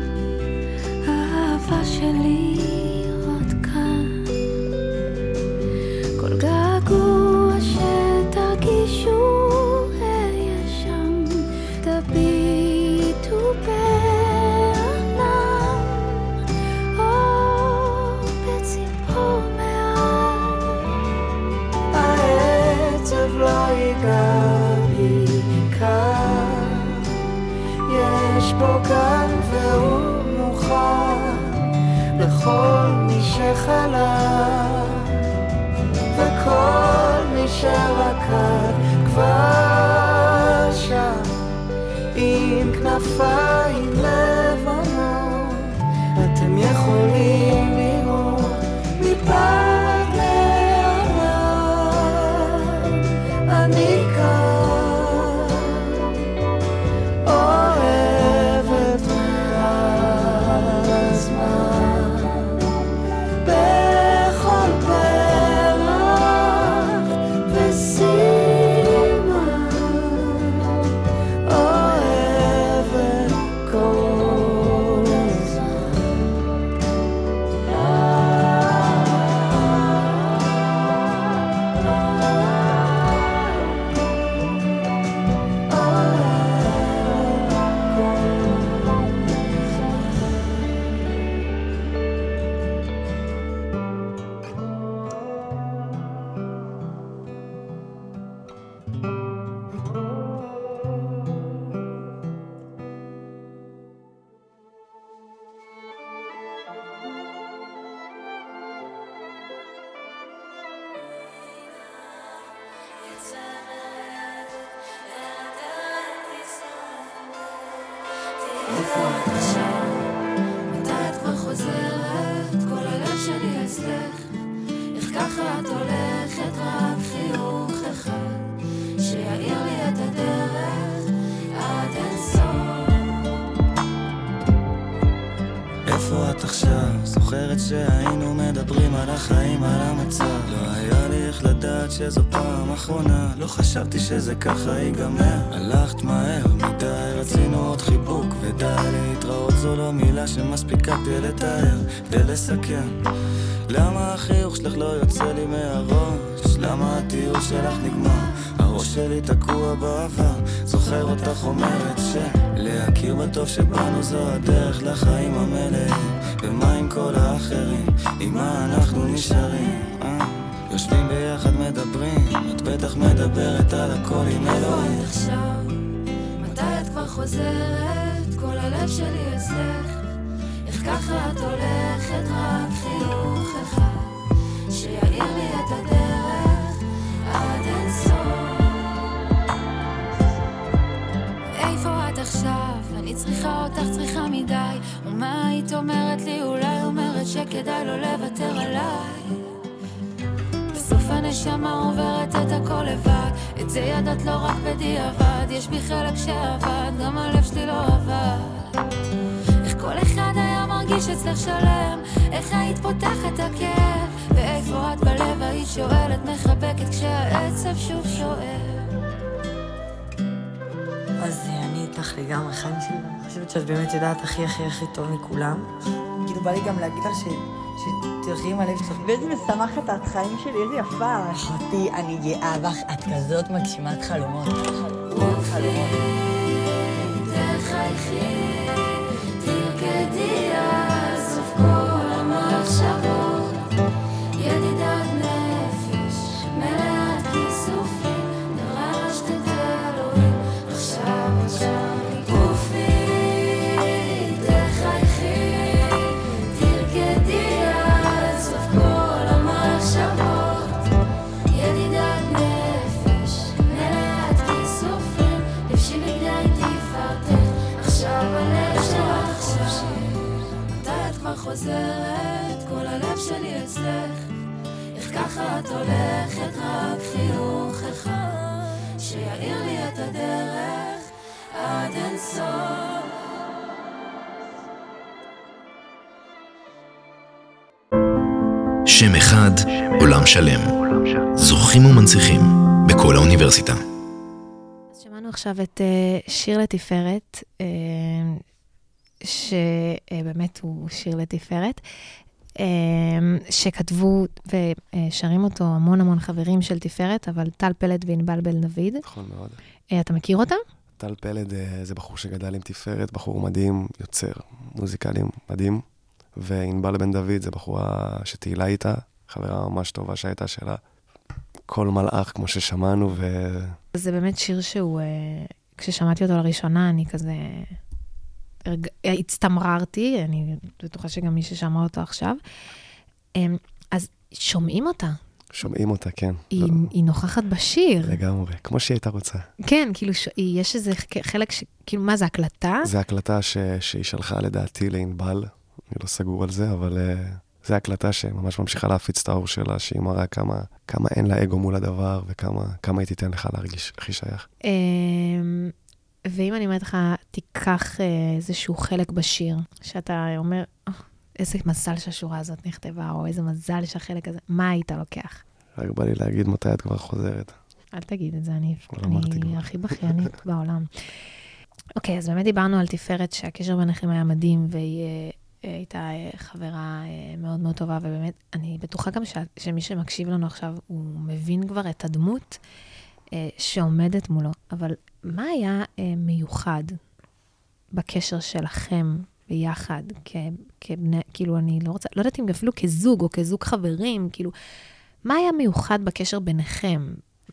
האהבה שלי עוד כאן כל געגוע שתרגישו אהיה שם תביטו בענן או בציפור מעל העצב לא ייגע בי כאן יש בו כאן והוא מוכן לכל מי שחלם וכל מי שרקד כבר שם עם כנפיים לבנות אתם יכולים לראות מפת לענן אני כאן אוהבת מעל הזמן בכל פרח וסימן אוהבת כל הזמן איפה את עכשיו? מתי את כבר חוזרת? כל הלב שלי אצלך איך ככה את הולכת? רק חיוך אחד שיעיר לי את הדרך עד אין סוף איפה את עכשיו? זוכרת שהיינו מדברים על החיים, על המצב לא היה לי איך לדעת שזו פעם אחרונה לא חשבתי שזה ככה ייגמר הלכת מהר מדי, רצינו עוד חיבוק ודי להתראות זו לא מילה שמספיקה כדי לתאר כדי לסכם למה החיוך שלך לא יוצא לי מהראש? למה הטיול שלך נגמר? הראש שלי תקוע בעבר זוכר אותך אומרת שלהכיר בטוב שבנו זו הדרך לחיים המלאים ומה עם כל האחרים? עם מה אנחנו נשארים? אה? יושבים ביחד מדברים את בטח מדברת על הכל עם אלוהים איפה את עכשיו? מתי את כבר חוזרת? כל הלב שלי אצלך איך ככה את הולכת? רק חיוך אחד שיעיר לי את הדרך עד אין סוף איפה את עכשיו? אני צריכה אותך, צריכה מדי ומה היית אומרת לי? אולי אומרת שכדאי לא לוותר עליי בסוף הנשמה עוברת את הכל לבד את זה ידעת לא רק בדיעבד יש בי חלק שעבד גם הלב שלי לא עבד איך כל אחד היה מרגיש אצלך שלם איך היית פותחת את הכאב ואיפה את בלב היית שואלת מחבקת כשהעצב שוב שואל אז אני איתך לגמרי חיים שלי ואני חושבת שאת באמת יודעת הכי הכי הכי טוב מכולם כאילו בא לי גם להגיד לך ש... שתלכי עם הלב שלך ואיזה משמחת את חיים שלי, איזה יפה אחותי, אני גאה בך, את כזאת מגשימת חלומות חלומות תחייכי, תרקדי עד סוף כל המחשבות ידידת נפש, מלאת כיסופים דרשת את אלוהים עכשיו עכשיו גופי תחייכי, תרקדי עד סוף כל המחשבות ידידת נפש, מלאת כיסופים לבשי בגדי תפארתך אחת הולכת רק חיוך אחד שיעיר לי את הדרך עד אין סוף. שם אחד, עולם שלם. זוכים ומנציחים בכל האוניברסיטה. אז שמענו עכשיו את uh, שיר לתפארת, uh, שבאמת הוא שיר לתפארת, uh, שכתבו ושרים אותו המון המון חברים של תפארת, אבל טל פלד וענבל בן דוד. נכון מאוד. Uh, אתה מכיר אותם? טל פלד uh, זה בחור שגדל עם תפארת, בחור מדהים, יוצר, מוזיקלי מדהים. וענבל בן דוד זה בחורה שתהילה איתה, חברה ממש טובה שהייתה שלה. כל מלאך כמו ששמענו ו... זה באמת שיר שהוא, כששמעתי אותו לראשונה, אני כזה... הצטמררתי, אני בטוחה שגם מי ששמע אותו עכשיו. אז שומעים אותה. שומעים אותה, כן. היא, היא נוכחת בשיר. לגמרי, כמו שהיא הייתה רוצה. כן, כאילו, ש... יש איזה חלק ש... כאילו, מה זה, הקלטה? זה הקלטה ש... שהיא שלחה לדעתי לענבל. אני לא סגור על זה, אבל uh, זו הקלטה שממש ממשיכה להפיץ את האור שלה, שהיא מראה כמה, כמה אין לה אגו מול הדבר, וכמה כמה היא תיתן לך להרגיש הכי שייך. ואם אני אומרת לך, תיקח איזשהו חלק בשיר, שאתה אומר, oh, איזה מזל שהשורה הזאת נכתבה, או איזה מזל שהחלק הזה, מה היית לוקח? רק בא לי להגיד מתי את כבר חוזרת. אל תגיד את זה, אני, אני הכי בכיינית בעולם. אוקיי, אז באמת דיברנו על תפארת, שהקשר ביניכם היה מדהים, והיא... הייתה חברה מאוד מאוד טובה, ובאמת, אני בטוחה גם ש... שמי שמקשיב לנו עכשיו, הוא מבין כבר את הדמות שעומדת מולו. אבל מה היה מיוחד בקשר שלכם ביחד, כ... כבני, כאילו, אני לא רוצה, לא יודעת אם אפילו כזוג או כזוג חברים, כאילו, מה היה מיוחד בקשר ביניכם?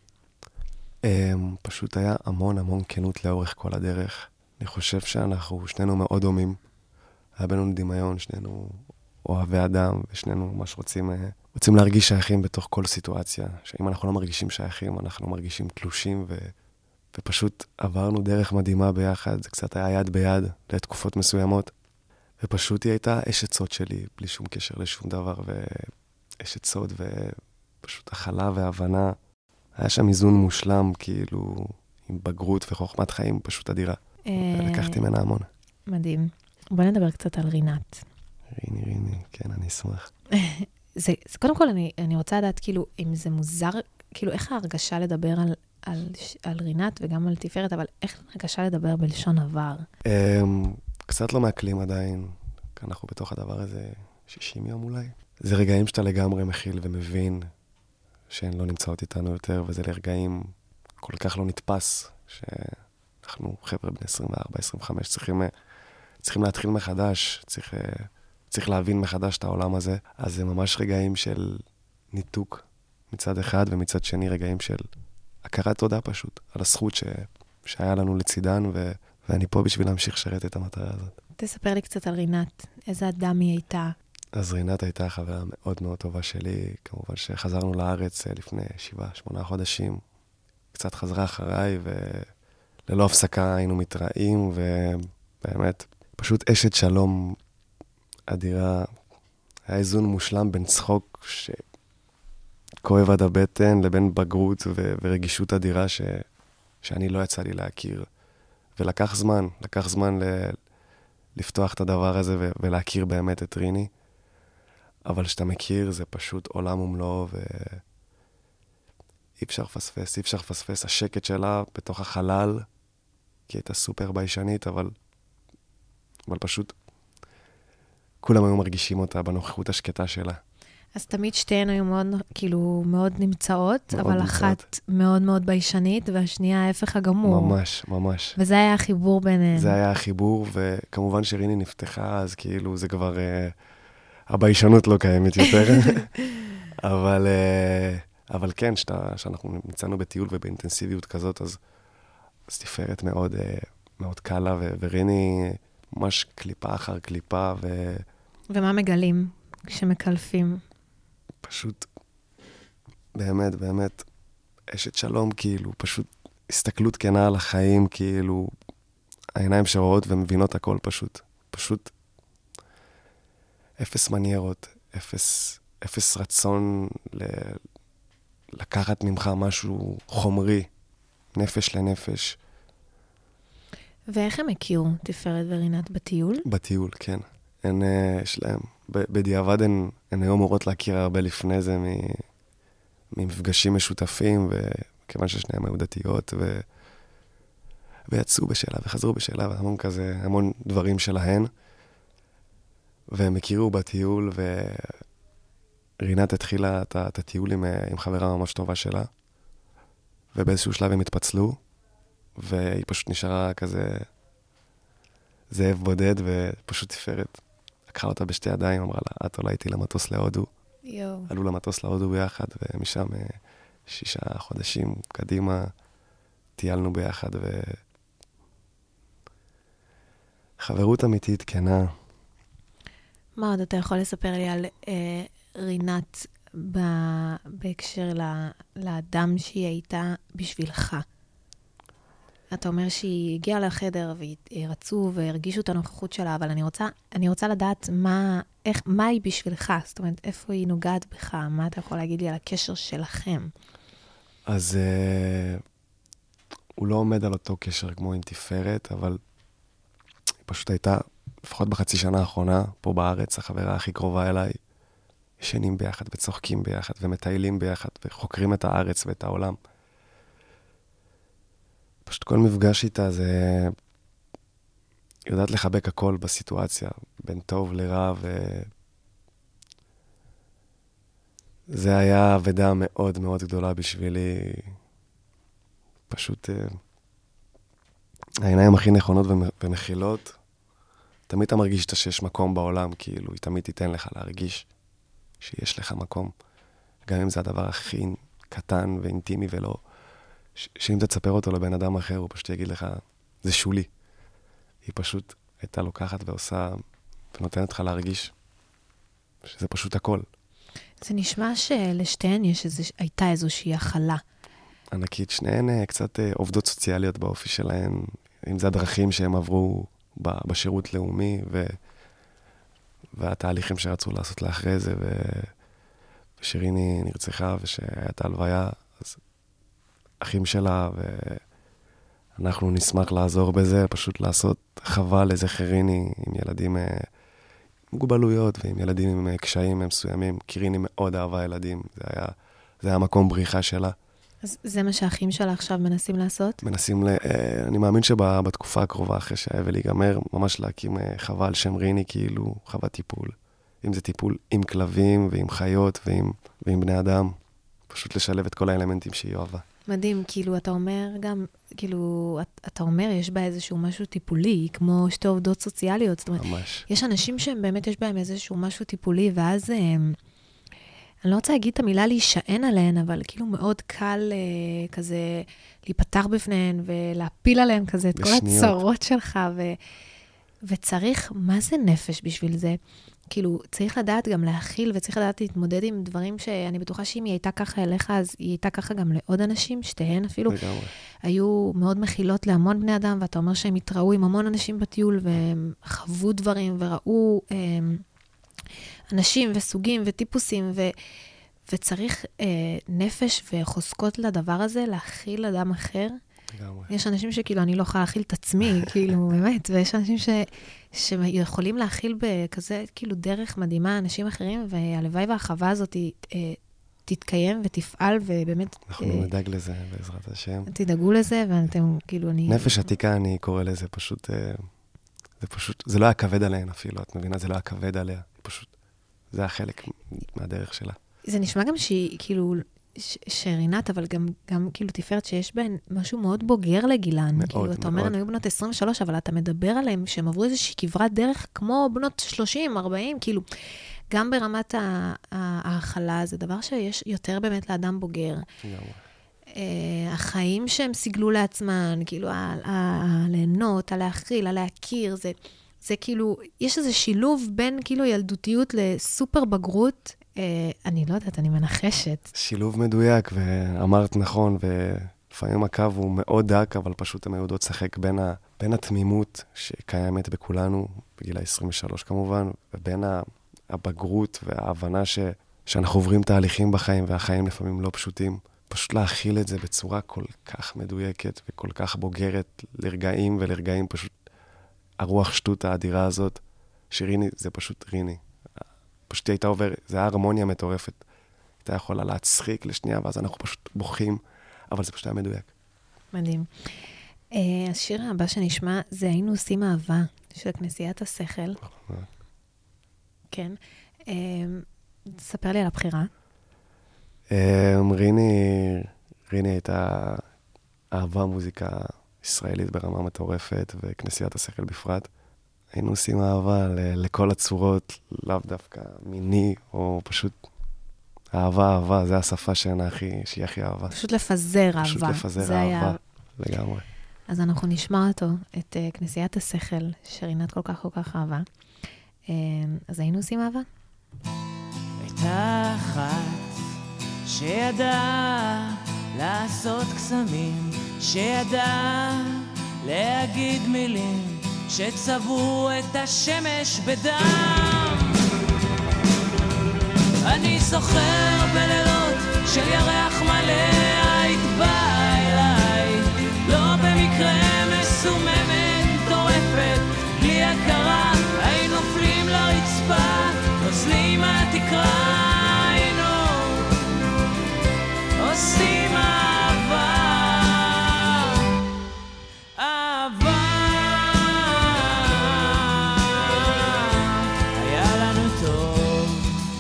פשוט היה המון המון כנות לאורך כל הדרך. אני חושב שאנחנו שנינו מאוד דומים. היה בינינו דמיון, שנינו אוהבי אדם, ושנינו ממש רוצים, רוצים להרגיש שייכים בתוך כל סיטואציה. שאם אנחנו לא מרגישים שייכים, אנחנו מרגישים תלושים, ו, ופשוט עברנו דרך מדהימה ביחד. זה קצת היה יד ביד לתקופות מסוימות. ופשוט היא הייתה אשת סוד שלי, בלי שום קשר לשום דבר, ואשת סוד, ופשוט הכלה והבנה. היה שם איזון מושלם, כאילו, עם בגרות וחוכמת חיים פשוט אדירה. ולקחתי ממנה המון. מדהים. בוא נדבר קצת על רינת. ריני, ריני, כן, אני אשמח. זה, זה, קודם כל, אני, אני רוצה לדעת, כאילו, אם זה מוזר, כאילו, איך ההרגשה לדבר על, על, על רינת וגם על תפארת, אבל איך ההרגשה לדבר בלשון עבר? Um, קצת לא מעכלים עדיין, כי אנחנו בתוך הדבר הזה שישים יום אולי. זה רגעים שאתה לגמרי מכיל ומבין שהן לא נמצאות איתנו יותר, וזה לרגעים כל כך לא נתפס, שאנחנו חבר'ה בני עשרים וארבע עשרים וחמש צריכים... צריכים להתחיל מחדש, צריך, צריך להבין מחדש את העולם הזה. אז זה ממש רגעים של ניתוק מצד אחד, ומצד שני רגעים של הכרת תודה פשוט, על הזכות ש, שהיה לנו לצידן, ו, ואני פה בשביל להמשיך לשרת את המטרה הזאת. תספר לי קצת על רינת, איזה אדם היא הייתה? אז רינת הייתה חברה מאוד מאוד טובה שלי, כמובן שחזרנו לארץ לפני שבעה, שמונה חודשים, קצת חזרה אחריי, וללא הפסקה היינו מתראים, ובאמת, פשוט אשת שלום אדירה. היה איזון מושלם בין צחוק שכואב עד הבטן, לבין בגרות ו- ורגישות אדירה ש- שאני לא יצא לי להכיר. ולקח זמן, לקח זמן ל- לפתוח את הדבר הזה ו- ולהכיר באמת את ריני. אבל שאתה מכיר, זה פשוט עולם ומלואו, ואי אפשר לפספס, אי אפשר לפספס. השקט שלה בתוך החלל, כי הייתה סופר ביישנית, אבל... אבל פשוט כולם היו מרגישים אותה בנוכחות השקטה שלה. אז תמיד שתיהן היו מאוד, כאילו, מאוד נמצאות, מאוד אבל נמצאות. אחת מאוד מאוד ביישנית, והשנייה ההפך הגמור. ממש, ממש. וזה היה החיבור ביניהן. זה היה החיבור, וכמובן שריני נפתחה, אז כאילו זה כבר... אה, הביישנות לא קיימת יותר. אבל, אה, אבל כן, שאתה, שאנחנו נמצאנו בטיול ובאינטנסיביות כזאת, אז, אז תפארת מאוד, אה, מאוד קלה, ו- וריני... ממש קליפה אחר קליפה, ו... ומה מגלים כשמקלפים? פשוט, באמת, באמת, אשת שלום, כאילו, פשוט הסתכלות כנה על החיים, כאילו, העיניים שרואות ומבינות הכל פשוט. פשוט אפס מניירות, אפס, אפס רצון ל... לקחת ממך משהו חומרי, נפש לנפש. ואיך הם הכירו, תפארת ורינת, בטיול? בטיול, כן. הן, יש להם, בדיעבד הן, הן היו אמורות להכיר הרבה לפני זה ממפגשים משותפים, וכיוון ששניהם היו דתיות, ו... ויצאו בשאלה וחזרו בשאלה, והמון כזה, המון דברים שלהן. והם הכירו בטיול, ורינת התחילה את הטיול עם, עם חברה ממש טובה שלה, ובאיזשהו שלב הם התפצלו, והיא פשוט נשארה כזה זאב בודד, ופשוט תפארת. לקחה אותה בשתי ידיים, אמרה לה, את עולה איתי למטוס להודו. יו. עלו למטוס להודו ביחד, ומשם שישה חודשים קדימה טיילנו ביחד, וחברות אמיתית, כנה. מה עוד אתה יכול לספר לי על אה, רינת ב... בהקשר ל... לאדם שהיא הייתה בשבילך? אתה אומר שהיא הגיעה לחדר ורצו והרגישו את הנוכחות שלה, אבל אני רוצה, אני רוצה לדעת מה, איך, מה היא בשבילך, זאת אומרת, איפה היא נוגעת בך, מה אתה יכול להגיד לי על הקשר שלכם? אז אה, הוא לא עומד על אותו קשר כמו עם תפארת, אבל היא פשוט הייתה, לפחות בחצי שנה האחרונה, פה בארץ, החברה הכי קרובה אליי, ישנים ביחד וצוחקים ביחד ומטיילים ביחד וחוקרים את הארץ ואת העולם. פשוט כל מפגש איתה זה... יודעת לחבק הכל בסיטואציה, בין טוב לרע, ו... זה היה עבודה מאוד מאוד גדולה בשבילי. פשוט... העיניים הכי נכונות ומכילות. תמיד אתה מרגיש שיש מקום בעולם, כאילו, היא תמיד תיתן לך להרגיש שיש לך מקום. גם אם זה הדבר הכי קטן ואינטימי ולא... ש- שאם תצפר אותו לבן אדם אחר, הוא פשוט יגיד לך, זה שולי. היא פשוט הייתה לוקחת ועושה, ונותנת לך להרגיש שזה פשוט הכל. זה נשמע שלשתיהן יש איזו, הייתה איזושהי הכלה. ענקית, שניהן קצת עובדות סוציאליות באופי שלהן, אם זה הדרכים שהם עברו ב- בשירות לאומי, ו... והתהליכים שרצו לעשות לאחרי זה, ו... ושיריני נרצחה, ושהייתה הלוויה, אז אחים שלה, ואנחנו נשמח לעזור בזה, פשוט לעשות חווה לזכר ריני עם ילדים עם מוגבלויות, ועם ילדים עם קשיים מסוימים, כי ריני מאוד אהבה ילדים, זה היה, זה היה מקום בריחה שלה. אז זה מה שהאחים שלה עכשיו מנסים לעשות? מנסים, ל... אני מאמין שבתקופה הקרובה, אחרי שהאבל ייגמר, ממש להקים חווה על שם ריני, כאילו חווה טיפול. אם זה טיפול עם כלבים ועם חיות ועם, ועם בני אדם, פשוט לשלב את כל האלמנטים שהיא אוהבה. מדהים, כאילו, אתה אומר גם, כאילו, אתה אומר, יש בה איזשהו משהו טיפולי, כמו שתי עובדות סוציאליות. זאת אומרת, ממש. יש אנשים שהם באמת, יש בהם איזשהו משהו טיפולי, ואז, הם, אני לא רוצה להגיד את המילה להישען עליהן, אבל כאילו מאוד קל אה, כזה להיפתח בפניהן, ולהפיל עליהן כזה את בשניות. כל הצרות שלך, ו, וצריך, מה זה נפש בשביל זה? כאילו, צריך לדעת גם להכיל, וצריך לדעת להתמודד עם דברים שאני בטוחה שאם היא הייתה ככה אליך, אז היא הייתה ככה גם לעוד אנשים, שתיהן אפילו, לגמרי. היו מאוד מכילות להמון בני אדם, ואתה אומר שהם התראו עם המון אנשים בטיול, והם חוו דברים, וראו הם, אנשים וסוגים וטיפוסים, ו, וצריך אה, נפש וחוזקות לדבר הזה, להכיל אדם אחר. לגמרי. יש אנשים שכאילו, אני לא יכולה להכיל את עצמי, כאילו, באמת, ויש אנשים ש... שיכולים להכיל בכזה, כאילו, דרך מדהימה אנשים אחרים, והלוואי והחווה הזאת אה, תתקיים ותפעל, ובאמת... אנחנו אה, נדאג לזה, בעזרת השם. תדאגו לזה, ואתם, כאילו, אני... נפש עתיקה, אני קורא לזה, פשוט, אה, זה פשוט, זה לא היה כבד עליהן אפילו, את מבינה? זה לא היה כבד עליה, פשוט, זה היה חלק מהדרך שלה. זה נשמע גם שהיא, כאילו, ש- שרינת, אבל גם, גם כאילו תפארת שיש בהן משהו מאוד בוגר לגילן. מאוד, כאילו, אתה אומר, מאוד. הן היו בנות עשרים ושלוש, אבל אתה מדבר עליהן שהם עברו איזושהי כברת דרך כמו בנות שלושים, ארבעים, כאילו, גם ברמת ה- ה- ההכלה, זה דבר שיש יותר באמת לאדם בוגר. לגמרי. אה, החיים שהם סיגלו לעצמן, כאילו, ה- ה- הליהנות, הלהכיל, הלהכיר, זה, זה כאילו, יש איזה שילוב בין כאילו ילדותיות לסופר בגרות, אה, אני לא יודעת, אני מנחשת. שילוב מדויק, ואמרת נכון, ולפעמים הקו הוא מאוד דק, אבל פשוט הם יודעות לשחק בין, ה, בין התמימות שקיימת בכולנו, בגיל ה-עשרים ושלוש כמובן, ובין ה, הבגרות וההבנה ש, שאנחנו עוברים תהליכים בחיים, והחיים לפעמים לא פשוטים. פשוט להכיל את זה בצורה כל כך מדויקת וכל כך בוגרת לרגעים ולרגעים, פשוט הרוח שטות האדירה הזאת, שריני זה פשוט ריני. פשוט הייתה עובר, זה היה הרמוניה מטורפת. הייתה יכולה להצחיק לשנייה, ואז אנחנו פשוט בוכים, אבל זה פשוט היה מדויק. מדהים. Uh, השיר הבא שנשמע זה היינו עושים אהבה של כנסיית השכל. כן. Uh, ספר לי על הבחירה. Um, ריני, ריני הייתה אהבה מוזיקה ישראלית ברמה מטורפת, וכנסיית השכל בפרט. היינו עושים אהבה ל- לכל הצורות, לאו דווקא מיני, או פשוט אהבה, אהבה, זה השפה שהיא הכי, שהיא הכי אהבה. פשוט לפזר אהבה. פשוט לפזר אהבה, היה... לגמרי. אז אנחנו נשמע אותו, את uh, כנסיית השכל, שרינת כל כך כל כך אהבה. Uh, אז היינו עושים אהבה? הייתה אחת שידעה לעשות קסמים, שידעה להגיד מילים שצבעו את השמש בדם. אני זוכר בלילות של ירח מלא, היית באה אליי, לא במקרה מסוממת, טורפת, בלי הכרה, היינו נופלים לרצפה, נוזלים מהתקרה, היינו עושים אהבה, אהבה. היה לנו טוב,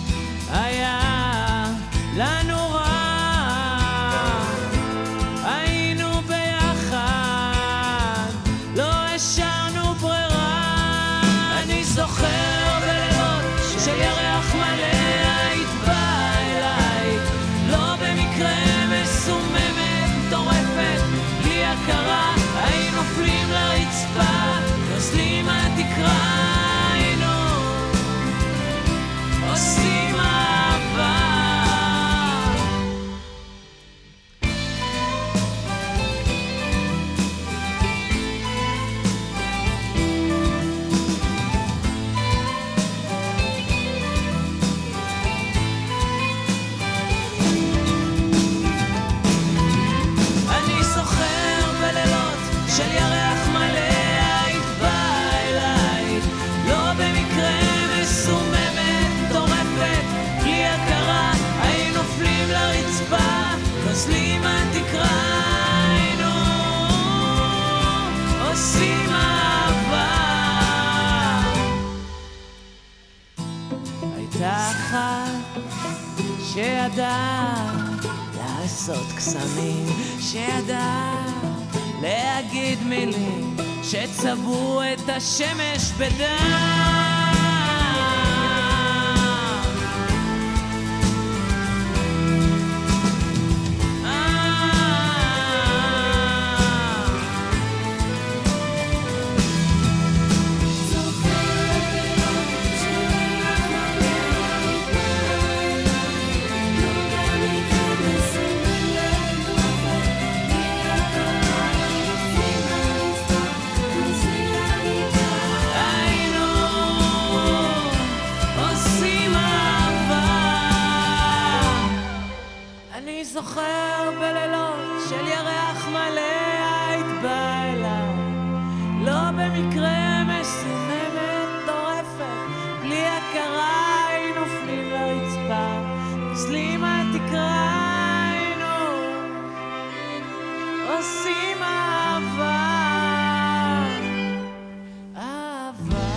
היה לנו רע, היינו ביחד, לא השארנו ברירה. אני זוכר בלילות של ירח מלא, היית באה אליי, לא במקרה מסוממת, טורפת, בלי הכרה, היינו נופלים לרצפה, נוזלים מהתקרה, היינו עושים אהבה. אני זוכר בלילות של ירח מלא, היית באה אליי, לא במקרה מסוממת, טורפת, בלי הכרה, היינו נופלים לרצפה, נוזלים מהתקרה, היינו עושים אהבה. הייתה אחת שידעה לעשות קסמים, שידעה להגיד מילים שצבעו את השמש בדם. היינו עושים אהבה. אני זוכר בלילות של ירח מלא, היית באה אליי, לא במקרה מסוממת, טורפת, בלי הכרה, היינו נופלים לרצפה, נוזלים מהתקרה, היינו עושים אהבה, אהבה.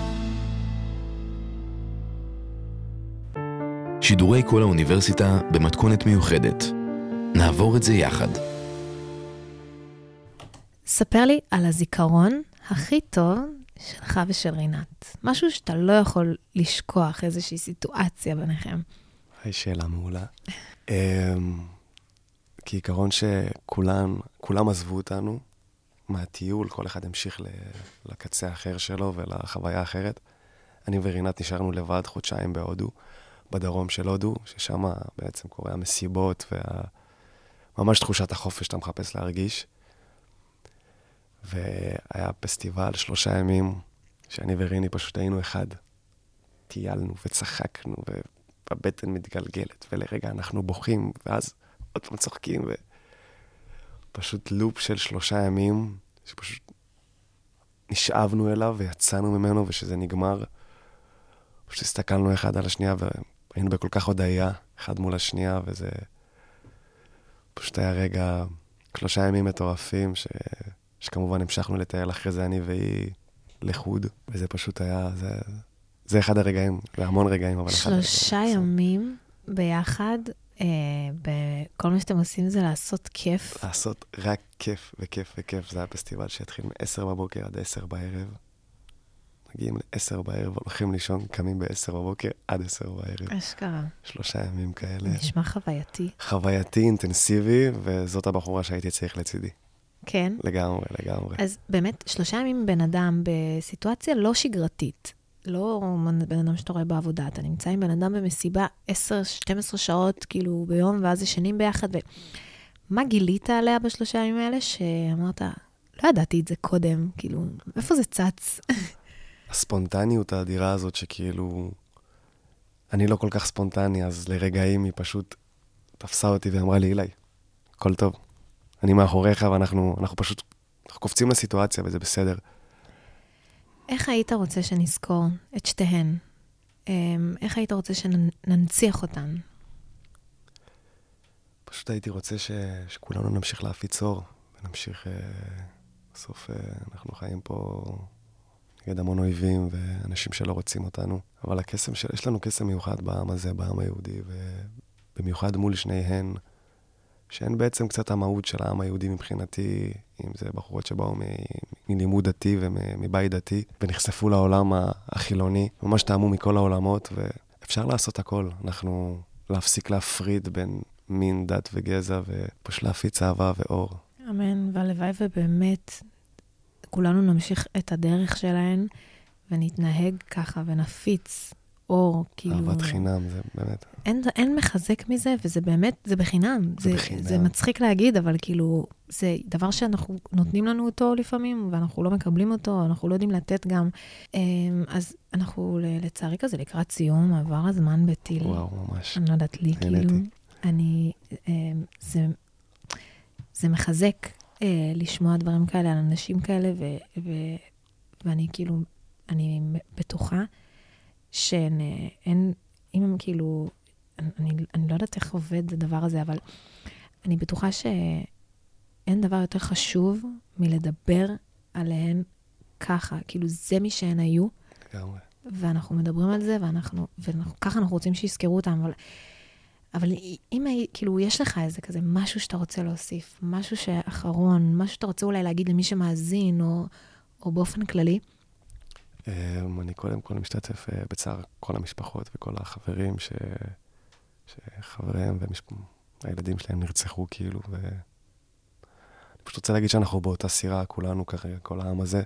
שידורי כל האוניברסיטה במתכונת מיוחדת. נעבור את זה יחד. ספר לי על הזיכרון הכי טוב שלך ושל רינת. משהו שאתה לא יכול לשכוח, איזושהי סיטואציה ביניכם. היי, שאלה מעולה. אמ, כעיקרון שכולם, כולם עזבו אותנו מהטיול, כל אחד המשיך ל- לקצה האחר שלו ולחוויה האחרת. אני ורינת נשארנו לבד חודשיים בהודו, בדרום של הודו, ששם בעצם קורה המסיבות וממש תחושת החופש שאתה מחפש להרגיש. והיה פסטיבל שלושה ימים, שאני וריני פשוט היינו אחד. טיילנו וצחקנו הבטן מתגלגלת, ולרגע אנחנו בוכים, ואז עוד פעם צוחקים, ופשוט לופ של שלושה ימים, שפשוט נשאבנו אליו ויצאנו ממנו, ושזה נגמר. פשוט הסתכלנו אחד על השנייה, והיינו בכל כך הודעה, אחד מול השנייה, וזה פשוט היה רגע, שלושה ימים מטורפים, ש... שכמובן המשכנו לטייל אחרי זה אני והיא לחוד, וזה פשוט היה, זה, זה אחד הרגעים, זה המון רגעים, אבל אחד הרגעים. שלושה ימים ביחד, אה, בכל מה שאתם עושים זה לעשות כיף. לעשות רק כיף וכיף וכיף, זה היה פסטיבל שהתחיל מ-עשר בבוקר עד עשר בערב. מגיעים ל-עשר בערב, הולכים לישון, קמים ב-עשר בבוקר עד עשר בערב. אשכרה. שלושה ימים כאלה. נשמע חווייתי. חווייתי, אינטנסיבי, וזאת הבחורה שהייתי צריך לצידי. כן. לגמרי, לגמרי. אז באמת, שלושה ימים בן אדם בסיטואציה לא שגרתית. לא בן אדם שאתה רואה בעבודה. אתה נמצא עם בן אדם במסיבה עשר שתים עשרה שעות, כאילו, ביום, ואז ישנים ביחד. ומה גילית עליה בשלושה ימים האלה שאמרת, לא ידעתי את זה קודם, כאילו, איפה זה צץ? הספונטניות האדירה הזאת שכאילו, אני לא כל כך ספונטני, אז לרגעים היא פשוט תפסה אותי ואמרה לי, אילי, הכל טוב. אני מאחוריך ואנחנו אנחנו פשוט, אנחנו קופצים לסיטואציה וזה בסדר. איך היית רוצה שנזכור את שתיהן? איך היית רוצה שננציח אותן? פשוט הייתי רוצה ש, שכולנו נמשיך להפיץ אור, ונמשיך, אה, בסוף אה, אנחנו חיים פה נגד המון אויבים ואנשים שלא רוצים אותנו, אבל הקסם של, יש לנו קסם מיוחד בעם הזה, בעם היהודי, ובמיוחד מול שניהן, שהן בעצם קצת המהות של העם היהודי מבחינתי, אם זה בחורות שבאו מ- מלימוד דתי ומבית דתי, ונחשפו לעולם החילוני, ממש טעמו מכל העולמות, ואפשר לעשות הכל. אנחנו להפסיק להפריד בין מין, דת וגזע, ופשוט להפיץ אהבה ואור. אמן, והלוואי ובאמת כולנו נמשיך את הדרך שלהן, ונתנהג ככה ונפיץ אור, כאילו... אהבת חינם, זה באמת... אין, אין מחזק מזה, וזה באמת, זה בחינם. זה זה, בחינם. זה מצחיק להגיד, אבל כאילו, זה דבר שאנחנו נותנים לנו אותו לפעמים, ואנחנו לא מקבלים אותו, אנחנו לא יודעים לתת גם. אז אנחנו לצערי כזה לקראת סיום, עבר הזמן בטיל. וואו, ממש. אני לא יודעת לי, כאילו, אני... זה, זה מחזק לשמוע דברים כאלה על אנשים כאלה, ו, ו, ואני כאילו, אני בטוחה, שאין, אין, אם הם כאילו, אני, אני לא יודעת איך עובד הדבר הזה, אבל אני בטוחה שאין דבר יותר חשוב מלדבר עליהן ככה, כאילו זה מי שהן היו, לגמרי. ואנחנו מדברים על זה, ואנחנו, וככה אנחנו רוצים שיזכרו אותם, אבל, אבל אם כאילו יש לך איזה כזה משהו שאתה רוצה להוסיף, משהו שאחרון, משהו שאתה רוצה אולי להגיד למי שמאזין, או, או באופן כללי, אני קודם כל משתתף בצער כל המשפחות וכל החברים ש... שחבריהם והילדים שלהם נרצחו כאילו, ואני פשוט רוצה להגיד שאנחנו באותה סירה, כולנו כרגע, כל העם הזה.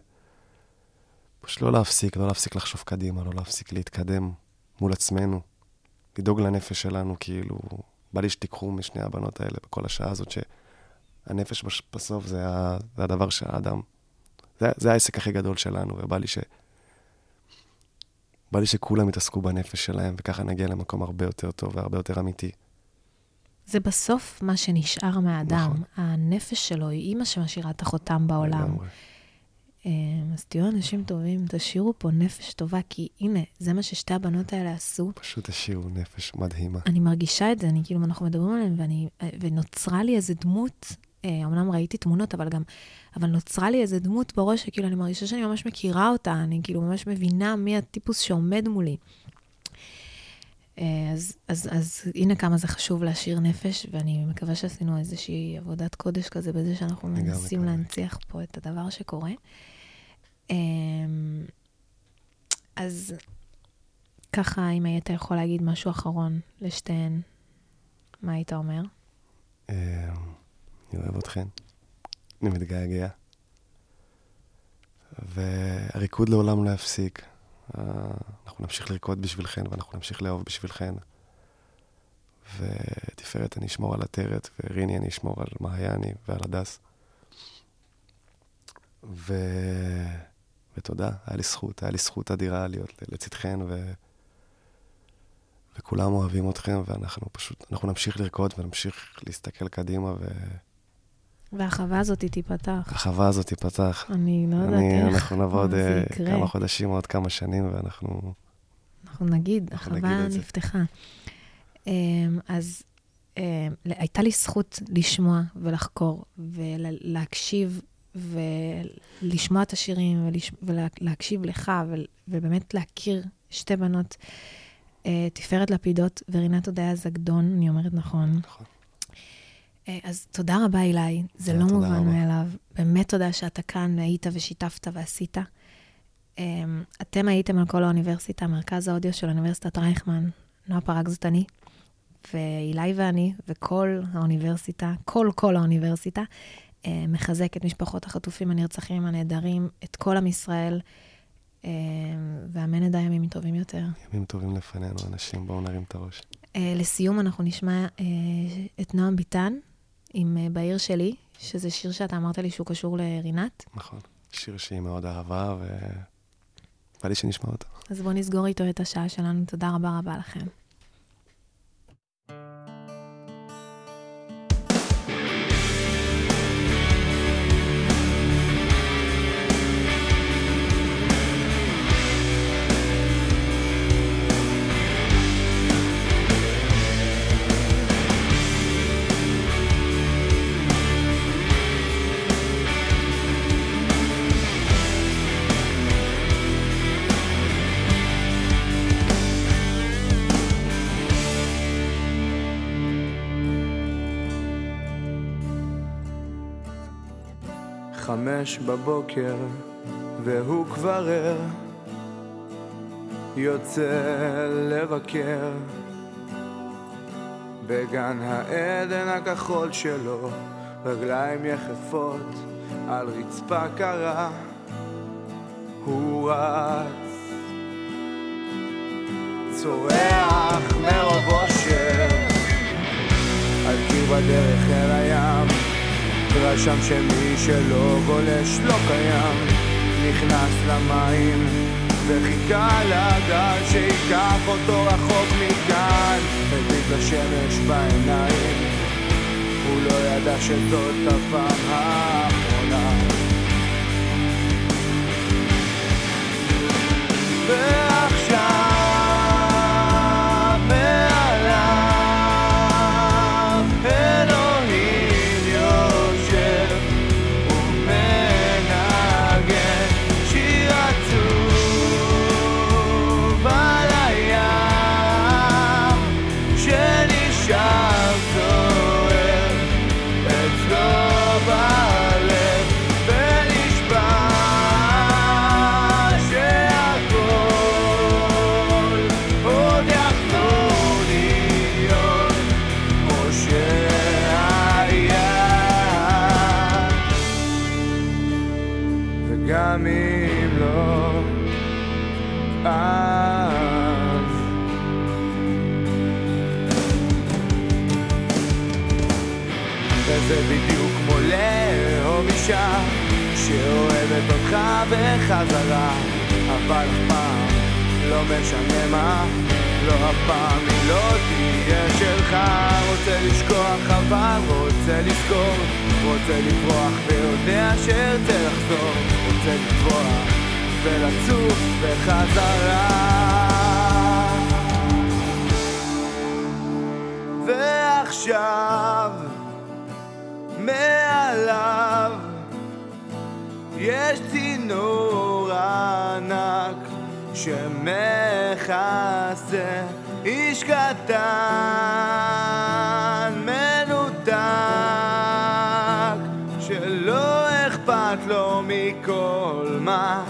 פשוט לא להפסיק, לא להפסיק לחשוב קדימה, לא להפסיק להתקדם מול עצמנו, לדאוג לנפש שלנו, כאילו, בא לי שתיקחו משני הבנות האלה בכל השעה הזאת, שהנפש בסוף זה, ה... זה הדבר שהאדם, זה, זה העסק הכי גדול שלנו, ובא לי ש... בא לי שכולם יתעסקו בנפש שלהם, וככה נגיע למקום הרבה יותר טוב והרבה יותר אמיתי. זה בסוף מה שנשאר מהאדם. נכון. הנפש שלו היא אימא שמשאירה את החותם בעולם. לגמרי. אז תהיו אנשים טובים, תשאירו פה נפש טובה, כי הנה, זה מה ששתי הבנות האלה עשו. פשוט השאירו נפש מדהימה. אני מרגישה את זה, אני כאילו, אנחנו מדברים עליהם, ואני, ונוצרה לי איזה דמות, אמנם ראיתי תמונות, אבל גם, אבל נוצרה לי איזה דמות בראש, שכאילו אני מרגישה שאני ממש מכירה אותה, אני כאילו ממש מבינה מי הטיפוס שעומד מולי. אז, אז, אז הנה כמה זה חשוב להשאיר נפש, ואני מקווה שעשינו איזושהי עבודת קודש כזה, בזה שאנחנו מנסים להנציח פה את הדבר שקורה. אז ככה, אם היית יכול להגיד משהו אחרון לשתיהן, מה היית אומר? אני אוהב אתכן. אני מתגעגע. והריקוד לעולם לא יפסיק. אנחנו נמשיך לרקוד בשבילכן, ואנחנו נמשיך לאהוב בשבילכן. ותפארת אני אשמור על עטרת, וריני אני אשמור על מעייני ועל הדס. ו... ותודה, היה לי זכות, היה לי זכות אדירה להיות לצדכן, ו... וכולם אוהבים אתכם, ואנחנו פשוט, אנחנו נמשיך לרקוד ונמשיך להסתכל קדימה, ו... והחווה הזאת תיפתח. החווה הזאת תיפתח. אני לא יודעת אני, איך אנחנו נעבוד זה uh, יקרה. כמה חודשים, עוד כמה שנים, ואנחנו... אנחנו נגיד, אנחנו החווה נגיד את זה. נפתחה. Um, אז um, הייתה לי זכות לשמוע ולחקור, ולהקשיב, ולשמוע את השירים, ולש... ולהקשיב לך, ו... ובאמת להכיר שתי בנות, uh, תפארת לפידות ורינת הודיה זגדון, אני אומרת נכון. נכון. אז תודה רבה, אילי. זה לא מובן מאליו. באמת תודה שאתה כאן, היית ושיתפת ועשית. אתם הייתם על כל האוניברסיטה, מרכז האודיו של אוניברסיטת רייכמן. נועה פרק זאת אני, ואילי ואני, וכל האוניברסיטה, כל כל האוניברסיטה, מחזק את משפחות החטופים הנרצחים, הנהדרים, את כל עם ישראל, ואמן נדע ימים טובים יותר. ימים טובים לפנינו, אנשים, בואו נרים את הראש. לסיום אנחנו נשמע את נועם ביטן, עם בעיר שלי, שזה שיר שאתה אמרת לי שהוא קשור לרינת. נכון. שיר שהיא מאוד אהבה, ובא לי שנשמע אותו. אז בואו נסגור איתו את השעה שלנו. תודה רבה רבה לכם. חמש בבוקר והוא כבר ער, יוצא לבקר בגן העדן הכחול שלו, רגליים יחפות על רצפה קרה, הוא רץ צורח מרוב אושר על קיר בדרך אל הים, רשם שמי שלא גולש לא קיים, נכנס למים וחיכה לגל שיקח אותו רחוק מכאן, הדליק לשמש בעיניים, הוא לא ידע שזאת הפעם האחרונה. ועכשיו שאוהבת אותך בחזרה, אבל אף פעם לא משנה מה, לא הפעם היא לא תהיה שלך. רוצה לשכוח אבל רוצה לזכור, רוצה לברוח ויודע שארצה לחזור, רוצה לטבוע ולצוף בחזרה. ועכשיו מעליו יש צינור ענק שמכסה איש קטן מנותק שלא אכפת לו מכל מה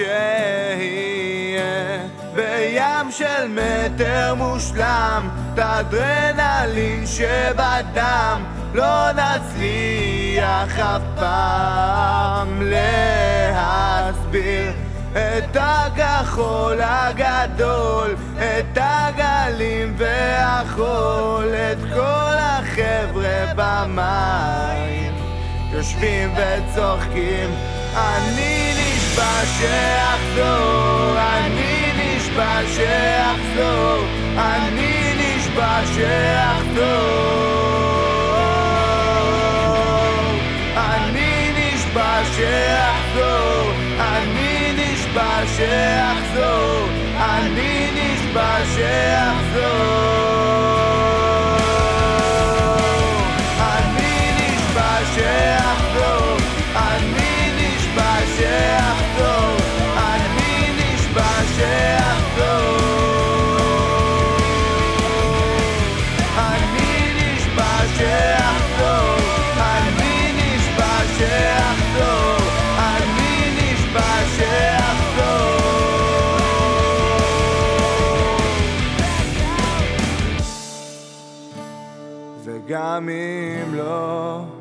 שיהיה, בים של מטר מושלם תדרנלין שבדם, לא נצליח אף פעם להסביר את הכחול הגדול, את הגלים והחול, את כל החבר'ה במים יושבים וצוחקים. אני נשבע שאחזור, אני נשבע נשבע שיחזור, אני נשבע שיחזור, אני נשבע שיחזור, אני נשבע שיחזור, אני נשבע שיחזור, אני נשבע שיחזור, אני נשבע שיחזור, אני נשבע שיחזור, אני נשבע שיחזור, אני נשבע שיחזור, אני נשבע שיחזור. וגם אם לא